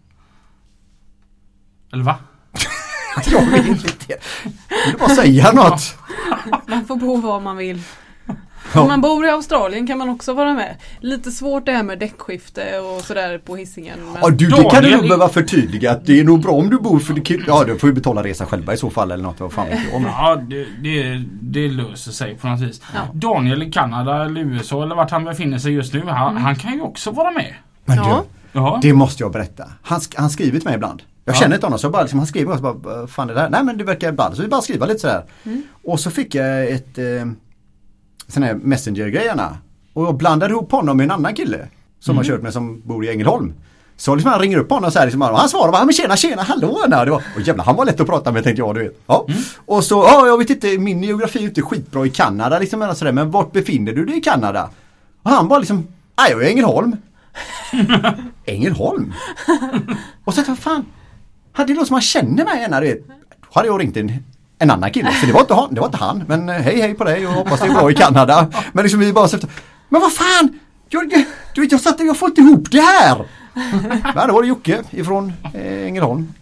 Speaker 2: Eller va?
Speaker 3: Jag vill inte. Vill du bara säga något?
Speaker 1: Man får bo var man vill. Om man bor i Australien kan man också vara med. Lite svårt det här med däckskifte och sådär på Hisingen. Men...
Speaker 3: det kan du nog behöva förtydliga. Att det är nog bra om du bor för du får ju betala resa själva i så fall eller något. Vad fan vet jag om.
Speaker 2: Ja, det löser sig på något vis. Ja. Daniel i Kanada eller USA eller vart han befinner sig just nu. Han kan ju också vara med.
Speaker 3: Men det måste jag berätta. Han skriver till mig ibland. Jag känner inte honom så jag bara han skriver och så bara fan det där. Nej men det verkar ball. Så vi bara skriva lite sådär. Och så fick jag ett sån här messenger-grejerna. Och jag blandade ihop honom med en annan kille som har kört med som bor i Ängelholm. Så liksom han ringer upp honom så här liksom, och han svarar bara, men tjena, hallå. Och jävlar, han var lätt att prata med, tänkte jag, du vet. Ja. Och så, jag vet inte, min geografi är inte skitbra i Kanada liksom, eller sådär, men vart befinner du dig i Kanada? Och han bara liksom, jag är i Ängelholm. Ängelholm? Och så vad fan, hade det någon som man känner mig ena, du vet. Hade jag ringt en annan kille, så det var inte han, men hej på dig och hoppas det är bra i Kanada. Men liksom vi bara så efter, men vad fan, jag får inte ihop det här. Men då var det Jocke ifrån Ängelholm.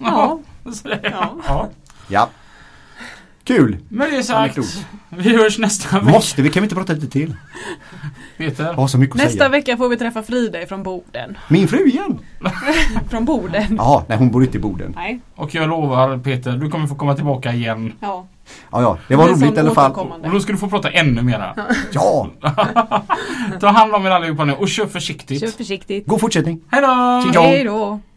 Speaker 3: Ja. Kul.
Speaker 2: Men det är sagt, vi hörs nästa vecka.
Speaker 3: Kan vi inte prata lite till?
Speaker 2: Peter.
Speaker 3: Så mycket att
Speaker 1: nästa
Speaker 3: säga.
Speaker 1: vecka får vi träffa Frida från Boden.
Speaker 3: Min fru igen.
Speaker 1: Från Boden.
Speaker 3: Ja, nej hon bor inte i Boden.
Speaker 1: Nej.
Speaker 2: Och jag lovar Peter, du kommer få komma tillbaka igen.
Speaker 1: Ja.
Speaker 3: Ja, det var roligt i alla fall.
Speaker 2: Och då ska du få prata ännu mera.
Speaker 3: Ja.
Speaker 2: Ta hand om er allihopa nu och kör försiktigt.
Speaker 3: God fortsättning.
Speaker 2: Hej då.
Speaker 1: Hej då.